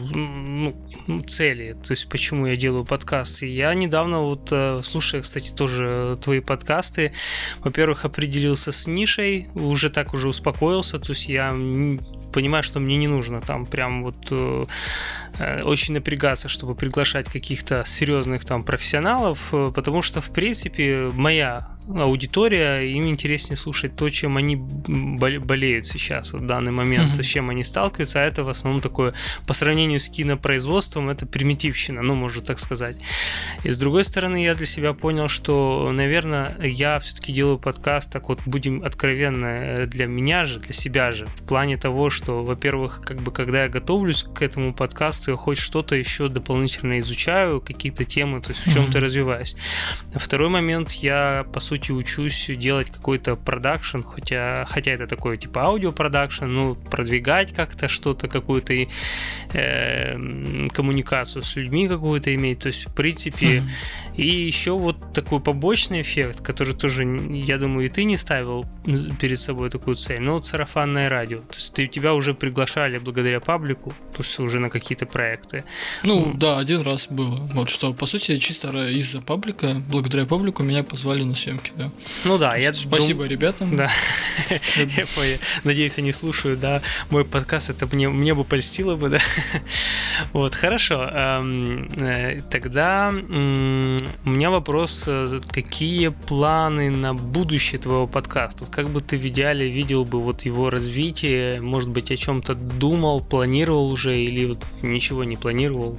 цели, то есть почему я делаю подкасты. Я недавно вот, слушая, кстати, тоже твои подкасты, во-первых, определился с нишей, уже успокоился, то есть я понимаю, что мне не нужно там прям вот очень напрягаться, чтобы приглашать каких-то серьезных там профессионалов, потому что, в принципе, моя аудитория, им интереснее слушать то, чем они болеют сейчас, в данный момент, с чем они сталкиваются, а это в основном такое, по сравнению с кинопроизводством, это примитивщина, можно так сказать. И с другой стороны, я для себя понял, что, наверное, я все-таки делаю подкаст, так вот, будем откровенны, для меня же, для себя же, в плане того, что, во-первых, как бы, когда я готовлюсь к этому подкасту, я хоть что-то еще дополнительно изучаю, какие-то темы, то есть в чем-то развиваюсь. А второй момент, я, по сути, учусь делать какой-то продакшн, хотя это такое типа аудиопродакшн, продвигать как-то что-то, какую-то коммуникацию с людьми какую-то иметь, то есть в принципе и еще вот такой побочный эффект, который тоже, я думаю, и ты не ставил перед собой такую цель, но вот сарафанное радио, то есть тебя уже приглашали благодаря паблику, то есть уже на какие-то проекты. Да, один раз было, вот что, по сути, чисто из-за паблика, благодаря паблику меня позвали на съемки, да. Спасибо ребятам. Да. Я надеюсь, они слушают, да, мой подкаст, это мне бы польстило бы, да. Вот, хорошо. Тогда у меня вопрос, какие планы на будущее твоего подкаста? Как бы ты в идеале видел бы вот его развитие, может быть, о чем-то думал, планировал уже или вот ничего не планировал?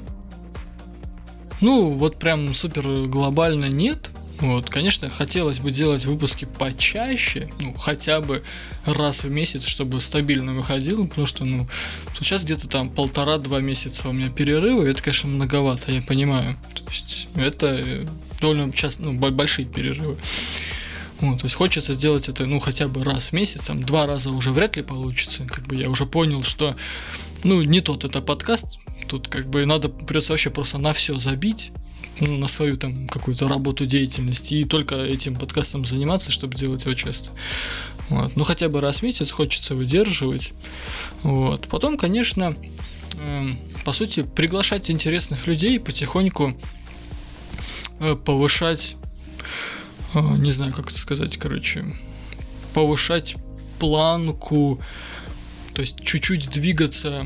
Вот прям супер глобально нет. Вот, конечно, хотелось бы делать выпуски почаще, хотя бы раз в месяц, чтобы стабильно выходило, потому что, сейчас где-то там 1,5-2 месяца у меня перерывы, это, конечно, многовато, я понимаю. То есть это довольно часто, большие перерывы. Вот, то есть хочется сделать это, хотя бы раз в месяц, 2 раза уже вряд ли получится. Как бы я уже понял, что, не тот это подкаст, тут как бы придется вообще просто на все забить, на свою там какую-то работу, деятельность, и только этим подкастом заниматься, чтобы делать его часто. Вот. Хотя бы раз в месяц хочется выдерживать. Вот. Потом, конечно, по сути, приглашать интересных людей, потихоньку повышать, не знаю, как это сказать, повышать планку, то есть чуть-чуть двигаться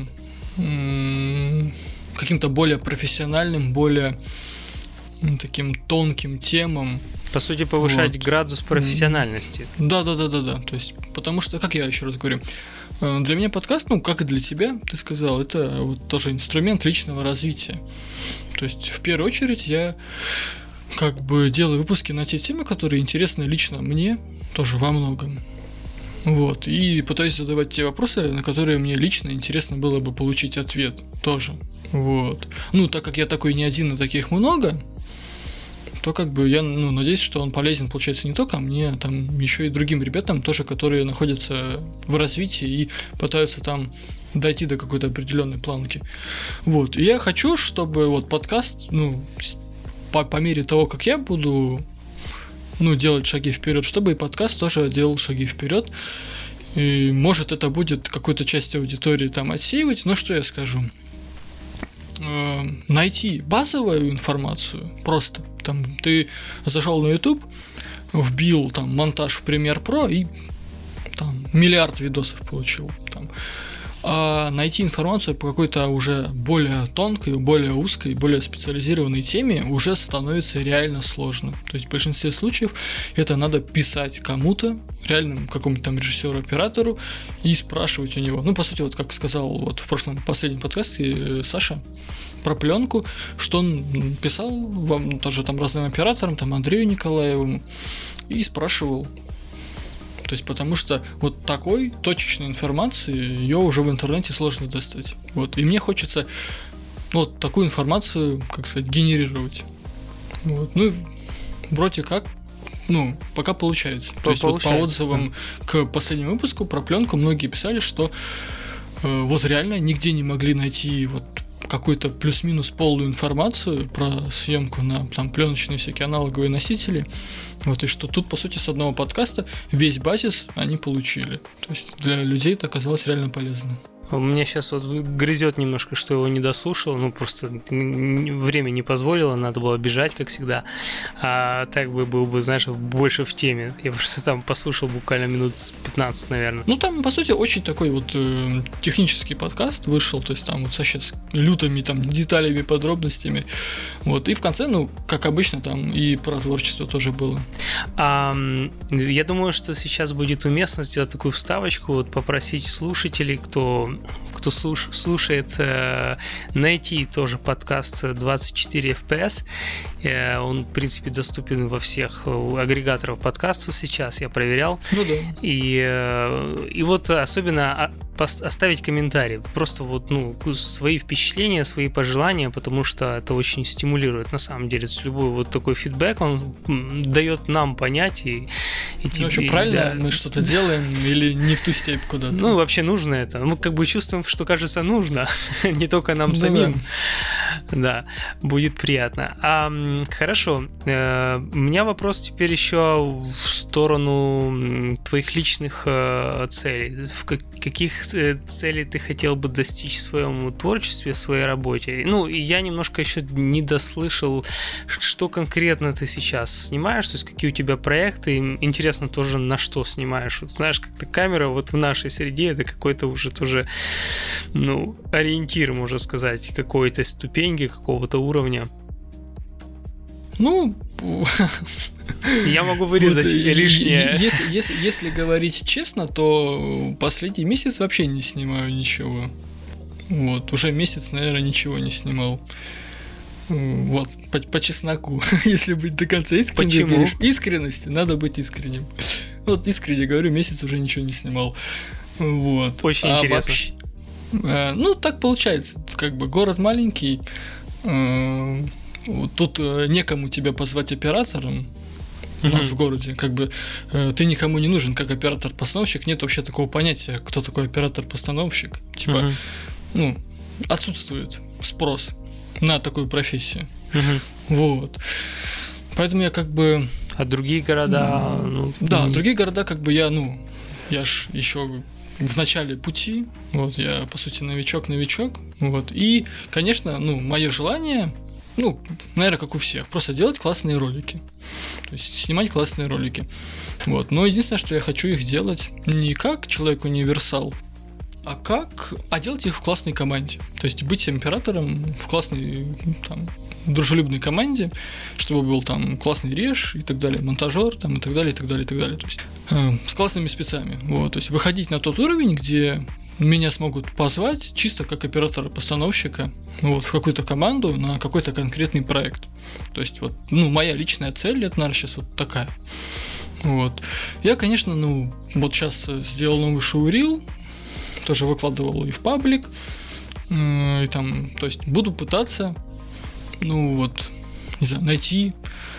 каким-то более профессиональным, более таким тонким темам. По сути, повышать градус профессиональности. Да. То есть, потому что, как я еще раз говорю, для меня подкаст, как и для тебя, ты сказал, это вот тоже инструмент личного развития. То есть, в первую очередь, я как бы делаю выпуски на те темы, которые интересны лично мне, тоже во многом. Вот, и пытаюсь задавать те вопросы, на которые мне лично интересно было бы получить ответ тоже. Вот. Так как я такой не один, а таких много, то как бы я надеюсь, что он полезен, получается, не только мне, там еще и другим ребятам тоже, которые находятся в развитии и пытаются там дойти до какой-то определенной планки. Вот. И я хочу, чтобы вот подкаст, по мере того, как я буду делать шаги вперед, чтобы и подкаст тоже делал шаги вперед. И может это будет какую-то часть аудитории там отсеивать, но что я скажу? Найти базовую информацию, просто там ты зашел на YouTube, вбил там монтаж в Premiere Pro и там миллиард видосов получил там. А найти информацию по какой-то уже более тонкой, более узкой, более специализированной теме уже становится реально сложно. То есть в большинстве случаев это надо писать кому-то, реальному какому-то там режиссеру-оператору и спрашивать у него. По сути, вот как сказал вот в прошлом последнем подкасте Саша про пленку, что он писал вам тоже там разным операторам, там Андрею Николаеву, и спрашивал. То есть, потому что вот такой точечной информации ее уже в интернете сложно достать. Вот. И мне хочется вот такую информацию, как сказать, генерировать. Вот. Вроде как, пока получается. То есть, вот по отзывам к последнему выпуску про пленку многие писали, что вот реально нигде не могли найти вот какую-то плюс-минус полную информацию про съемку на там пленочные всякие аналоговые носители. Вот, и что тут, по сути, с одного подкаста весь базис они получили. То есть для людей это оказалось реально полезно. У меня сейчас вот грызет немножко, что его не дослушал, ну просто время не позволило, надо было бежать, как всегда, а так бы был бы, знаешь, больше в теме. Я просто там послушал буквально минут 15, наверное. Ну там, по сути, очень такой вот технический подкаст вышел, то есть там вот вообще с лютыми там деталями, подробностями, вот, и в конце, ну, как обычно, там и про творчество тоже было. Я думаю, что сейчас будет уместно сделать такую вставочку, вот попросить слушателей, кто слушает, найти тоже подкаст 24 FPS. Он, в принципе, доступен во всех агрегаторах подкастов сейчас, я проверял. Ну да. И вот особенно оставить комментарий, просто вот, ну, свои впечатления, свои пожелания, потому что это очень стимулирует, на самом деле. Любой вот такой фидбэк, он дает нам понять и тебе... Ну, правильно мы что-то делаем или не в ту степь куда-то? Ну, вообще нужно это. Мы как бы чувствуем, что, кажется, нужно, не только нам самим. Да, будет приятно. Хорошо. У меня вопрос теперь еще в сторону твоих личных целей. Каких целей ты хотел бы достичь в своем творчестве, в своей работе? Ну, и я немножко еще не дослышал, что конкретно ты сейчас снимаешь, то есть какие у тебя проекты. Интересно тоже, на что снимаешь. Вот, знаешь, как-то камера вот в нашей среде это какой-то уже тоже, ну, ориентир, можно сказать, какой-то ступеньки, какого-то уровня. Ну, я могу вырезать вот, лишнее. Если говорить честно, то последний месяц вообще не снимаю ничего. Вот, уже месяц, наверное, ничего не снимал. Вот, по чесноку, если быть до конца искренним. Почему? Искренности, надо быть искренним. Вот искренне говорю, месяц уже ничего не снимал. Вот. Очень интересно. Ну, так получается, как бы город маленький, тут некому тебя позвать оператором. У нас в городе, как бы ты никому не нужен как оператор-постановщик, нет вообще такого понятия, кто такой оператор-постановщик. Типа, ну, отсутствует спрос на такую профессию. Вот. Поэтому я как бы... А другие города... Да, другие города, как бы я ж еще в начале пути, вот, я, по сути, новичок, вот, и, конечно, ну, мое желание, ну, наверное, как у всех, просто делать классные ролики, то есть снимать классные ролики, вот, но единственное, что я хочу их делать не как человек-универсал, а делать их в классной команде, то есть быть оператором в классной, там, дружелюбной команде, чтобы был там классный реж и так далее, монтажер там и так далее, то есть с классными спецами, вот, то есть выходить на тот уровень, где меня смогут позвать чисто как оператора-постановщика, вот, в какую-то команду на какой-то конкретный проект, то есть вот, ну, моя личная цель, это, наверное, сейчас вот такая, вот, я, конечно, ну, вот сейчас сделал новый шоурил, тоже выкладывал и в паблик, и там, то есть буду пытаться, ну вот, не знаю, найти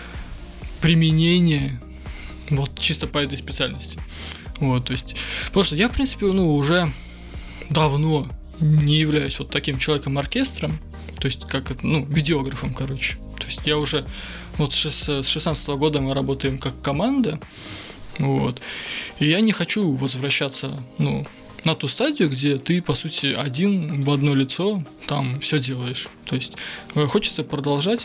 применение вот чисто по этой специальности. Вот, то есть, потому что я, в принципе, ну, уже давно не являюсь вот таким человеком-оркестром, то есть, как это, ну, видеографом, короче. То есть, я уже, вот с 16-го года мы работаем как команда, вот, и я не хочу возвращаться, ну, на ту стадию, где ты, по сути, один в одно лицо там все делаешь. То есть хочется продолжать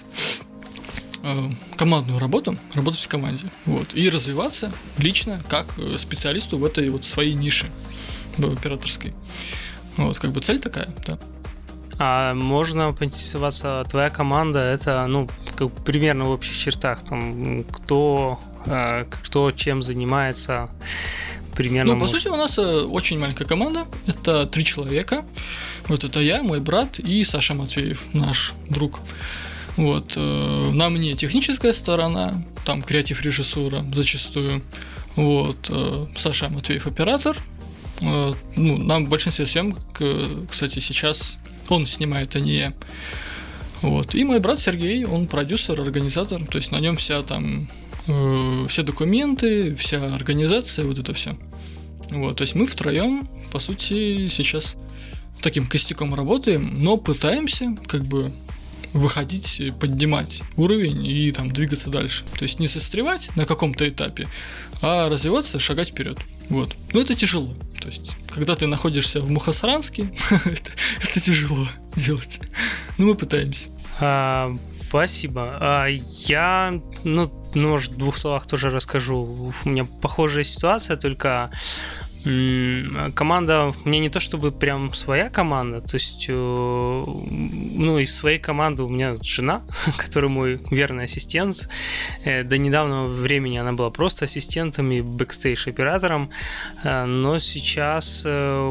командную работу, работать в команде. Вот, и развиваться лично как специалисту в этой вот своей нише операторской. Вот, как бы цель такая, да. А можно поинтересоваться, твоя команда, это, ну, как примерно в общих чертах, там, кто чем занимается, примерно. Ну, по сути, у нас очень маленькая команда, это 3 человека, вот это я, мой брат и Саша Матвеев, наш друг. Вот, на мне техническая сторона, там креатив-режиссура зачастую, вот, Саша Матвеев оператор, ну, нам в большинстве съемок, кстати, сейчас он снимает, а не я. Вот, и мой брат Сергей, он продюсер, организатор, то есть на нем вся там все документы, вся организация, вот это все. Вот, то есть мы втроем, по сути, сейчас таким костяком работаем, но пытаемся как бы выходить, поднимать уровень и там двигаться дальше. То есть не застревать на каком-то этапе, а развиваться, шагать вперед. Вот. Но это тяжело. То есть, когда ты находишься в Мухосранске, это тяжело делать. Но мы пытаемся. Спасибо. Я, может, в 2 словах тоже расскажу. У меня похожая ситуация, только команда, у меня не то чтобы прям своя команда, то есть, из своей команды у меня жена, которая мой верный ассистент. До недавнего времени она была просто ассистентом и бэкстейдж-оператором, но сейчас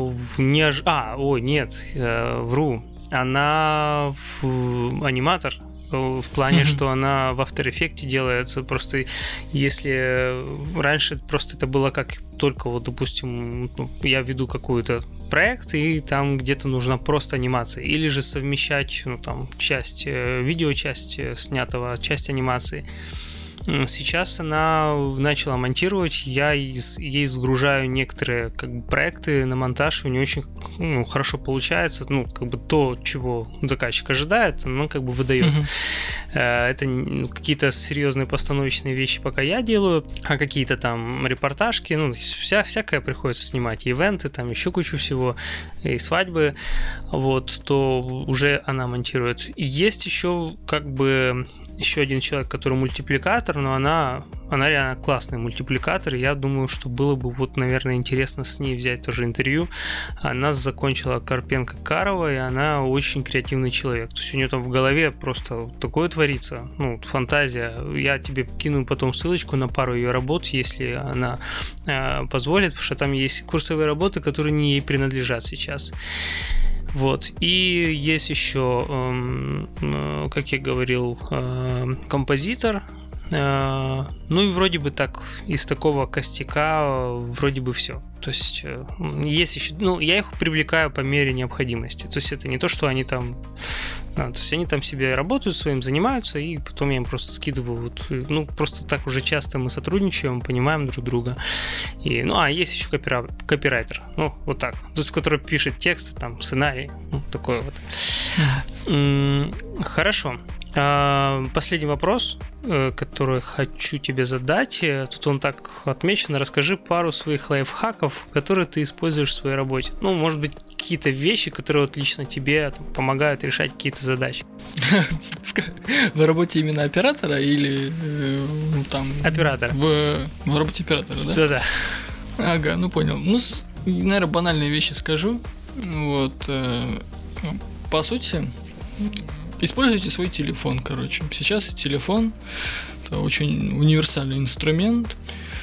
вру. Она аниматор, в плане, что она в After Effects делает. Просто если раньше просто это было как только, вот, допустим, я веду какой-то проект, и там где-то нужна просто анимация, или же совмещать, часть видеочасть снятого, часть анимации. Сейчас она начала монтировать, я ей загружаю некоторые проекты на монтаж, и у нее очень хорошо получается, то, чего заказчик ожидает, он выдает. Это какие-то серьезные постановочные вещи пока я делаю, а какие-то там репортажки, всякое приходится снимать, ивенты, там еще кучу всего, и свадьбы, то уже она монтирует. И есть еще еще один человек, который мультипликатор, но она реально классный мультипликатор. Я думаю, что было бы, наверное, интересно с ней взять тоже интервью. Она закончила Карпенко-Карова, и она очень креативный человек. То есть у нее там в голове просто такое творится, фантазия. Я тебе кину потом ссылочку на пару ее работ, если она позволит, потому что там есть курсовые работы, которые не ей принадлежат сейчас. И есть еще, как я говорил, композитор. И вроде бы так, из такого костяка вроде бы все. То есть есть еще, я их привлекаю по мере необходимости. То есть это не то, что они там, то есть они там себе работают своим, занимаются, и потом я им просто скидываю. Просто так уже часто мы сотрудничаем, понимаем друг друга. И, есть еще копирайтер, так, то есть который пишет тексты, там, сценарий, такой вот. Хорошо. Последний вопрос, который хочу тебе задать. Тут он так отмечен. Расскажи пару своих лайфхаков, которые ты используешь в своей работе. Может быть, какие-то вещи, которые лично тебе помогают решать какие-то задачи. В работе именно оператора или там... Оператора. В работе оператора, да? Да-да. Ага, понял. Наверное, банальные вещи скажу. По сути... Используйте свой телефон, короче. Сейчас телефон – это очень универсальный инструмент.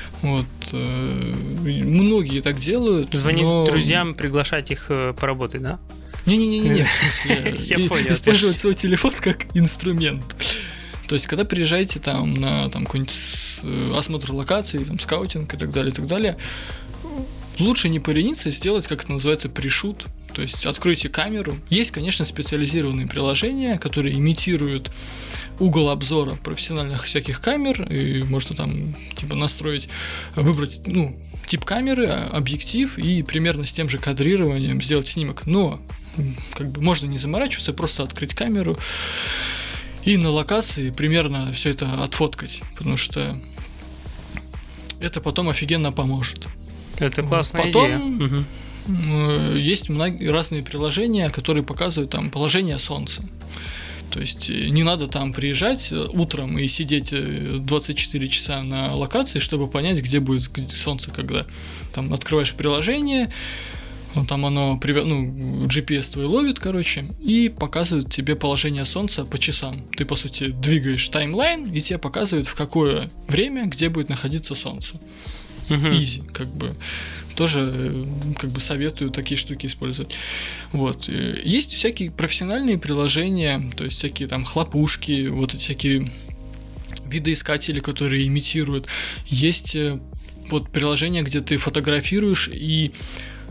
Многие так делают. Звонить друзьям, приглашать их поработать, да? Не-не-не, в смысле, я понял. Использовать свой телефон как инструмент. То есть, когда приезжаете там на какой-нибудь осмотр локации, там, скаутинг и так далее, лучше не полениться сделать, как это называется, пришут. То есть откройте камеру. Есть, конечно, специализированные приложения, которые имитируют угол обзора профессиональных всяких камер, и можно там настроить, выбрать тип камеры, объектив, и примерно с тем же кадрированием сделать снимок. Но можно не заморачиваться, просто открыть камеру и на локации примерно все это отфоткать, потому что это потом офигенно поможет. Это классная идея. Есть разные приложения, которые показывают там положение солнца. То есть не надо там приезжать утром и сидеть 24 часа на локации, чтобы понять, где будет солнце, когда. Там открываешь приложение, там оно GPS твой ловит, и показывает тебе положение солнца по часам. Ты, по сути, двигаешь таймлайн, и тебе показывает, в какое время, где будет находиться солнце. Easy, тоже советую такие штуки использовать. Есть всякие профессиональные приложения, то есть всякие там хлопушки, эти всякие видоискатели, которые имитируют. Есть приложения, где ты фотографируешь и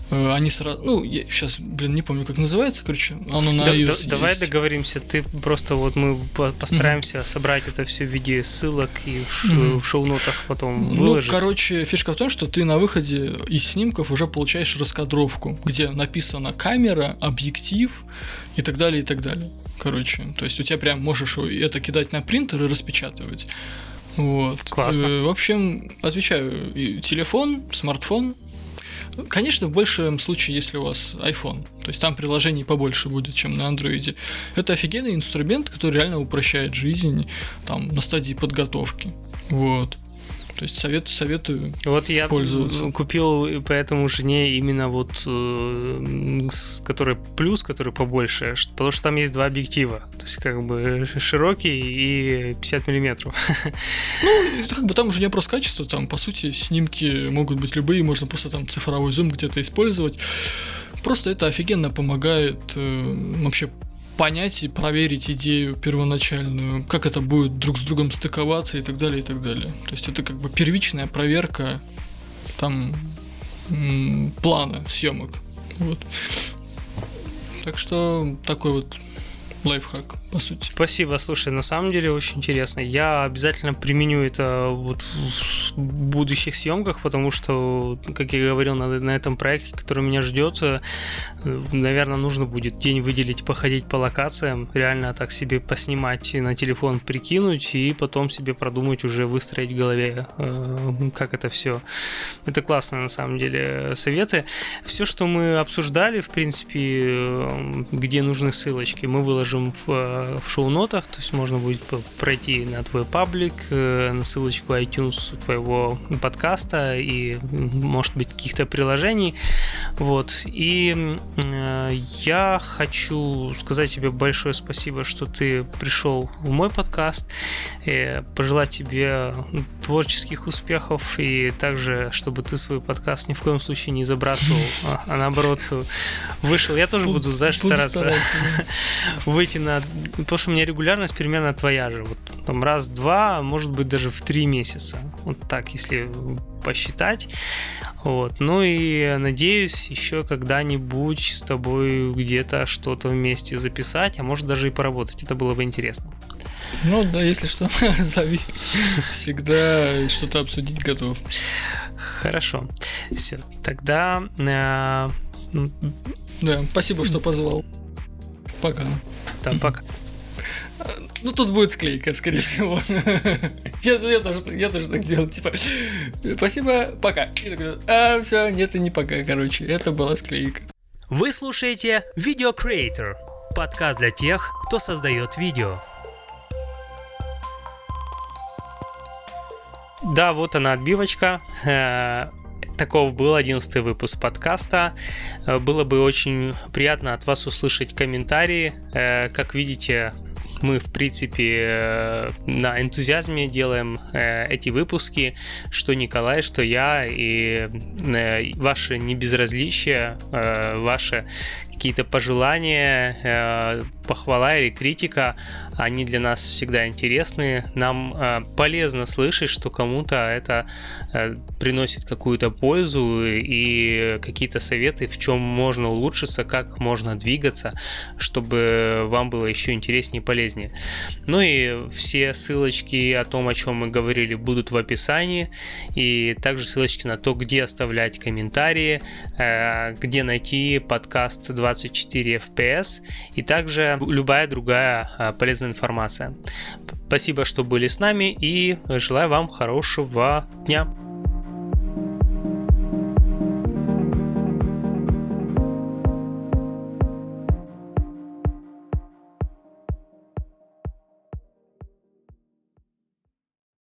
они сразу... я сейчас, не помню, как называется, короче, оно на iOS Давай есть. договоримся, ты просто мы постараемся собрать это все в виде ссылок и в шоу-нотах потом выложить. Фишка в том, что ты на выходе из снимков уже получаешь раскадровку, где написано камера, объектив и так далее, и так далее. То есть у тебя прям можешь это кидать на принтер и распечатывать. Вот. Классно. В общем, отвечаю, телефон, смартфон. Конечно, в большем случае, если у вас iPhone, то есть там приложений побольше будет, чем на Android. Это офигенный инструмент, который реально упрощает жизнь там, на стадии подготовки. Вот. То есть советую пользоваться. Я купил поэтому жене именно который побольше, потому что там есть два объектива, то есть широкий и 50 миллиметров. Там уже не вопрос качества, там по сути снимки могут быть любые, можно просто там цифровой зум где-то использовать. Просто это офигенно помогает вообще понять и проверить идею первоначальную, как это будет друг с другом стыковаться и так далее, и так далее. То есть это первичная проверка там плана съемок. Вот. Так что такой лайфхак, по сути. Спасибо, слушай, на самом деле очень интересно. Я обязательно применю это в будущих съемках, потому что, как я говорил, на этом проекте, который меня ждет, наверное, нужно будет день выделить, походить по локациям, реально так себе поснимать на телефон, прикинуть и потом себе продумать, уже выстроить в голове, как это все. Это классные, на самом деле, советы. Все, что мы обсуждали, в принципе, где нужны ссылочки, мы выложим в шоу-нотах, то есть можно будет пройти на твой паблик, на ссылочку iTunes твоего подкаста и, может быть, каких-то приложений. Вот. И я хочу сказать тебе большое спасибо, что ты пришел в мой подкаст, и пожелать тебе творческих успехов, и также, чтобы ты свой подкаст ни в коем случае не забрасывал, а наоборот вышел. Я тоже буду, стараться выйти на... Потому что у меня регулярность примерно твоя же. Там раз-два, может быть, даже в 3 месяца. Вот так, если посчитать. Вот. Ну и надеюсь еще когда-нибудь с тобой где-то что-то вместе записать, а может даже и поработать. Это было бы интересно. Да, если что, зови. Всегда что-то обсудить готов. Хорошо. Все. Тогда... Да, спасибо, что позвал. Пока. Да, пока. Тут будет склейка, скорее всего. Я тоже так делал, спасибо, пока. И такой, все, нет, и не пока, это была склейка. Вы слушаете Video Creator, подкаст для тех, кто создает видео. Да, вот она отбивочка. Таков был 11-й выпуск подкаста. Было бы очень приятно от вас услышать комментарии. Как видите, мы, в принципе, на энтузиазме делаем эти выпуски, что Николай, что я, и ваше небезразличие, ваши какие-то пожелания, похвала или критика, они для нас всегда интересны. Нам полезно слышать, что кому-то это приносит какую-то пользу и какие-то советы, в чем можно улучшиться, как можно двигаться, чтобы вам было еще интереснее и полезнее. Ну и все ссылочки о том, о чем мы говорили, будут в описании, и также ссылочки на то, где оставлять комментарии, где найти подкаст 24 FPS и также любая другая полезная информация. Спасибо, что были с нами, и желаю вам хорошего дня.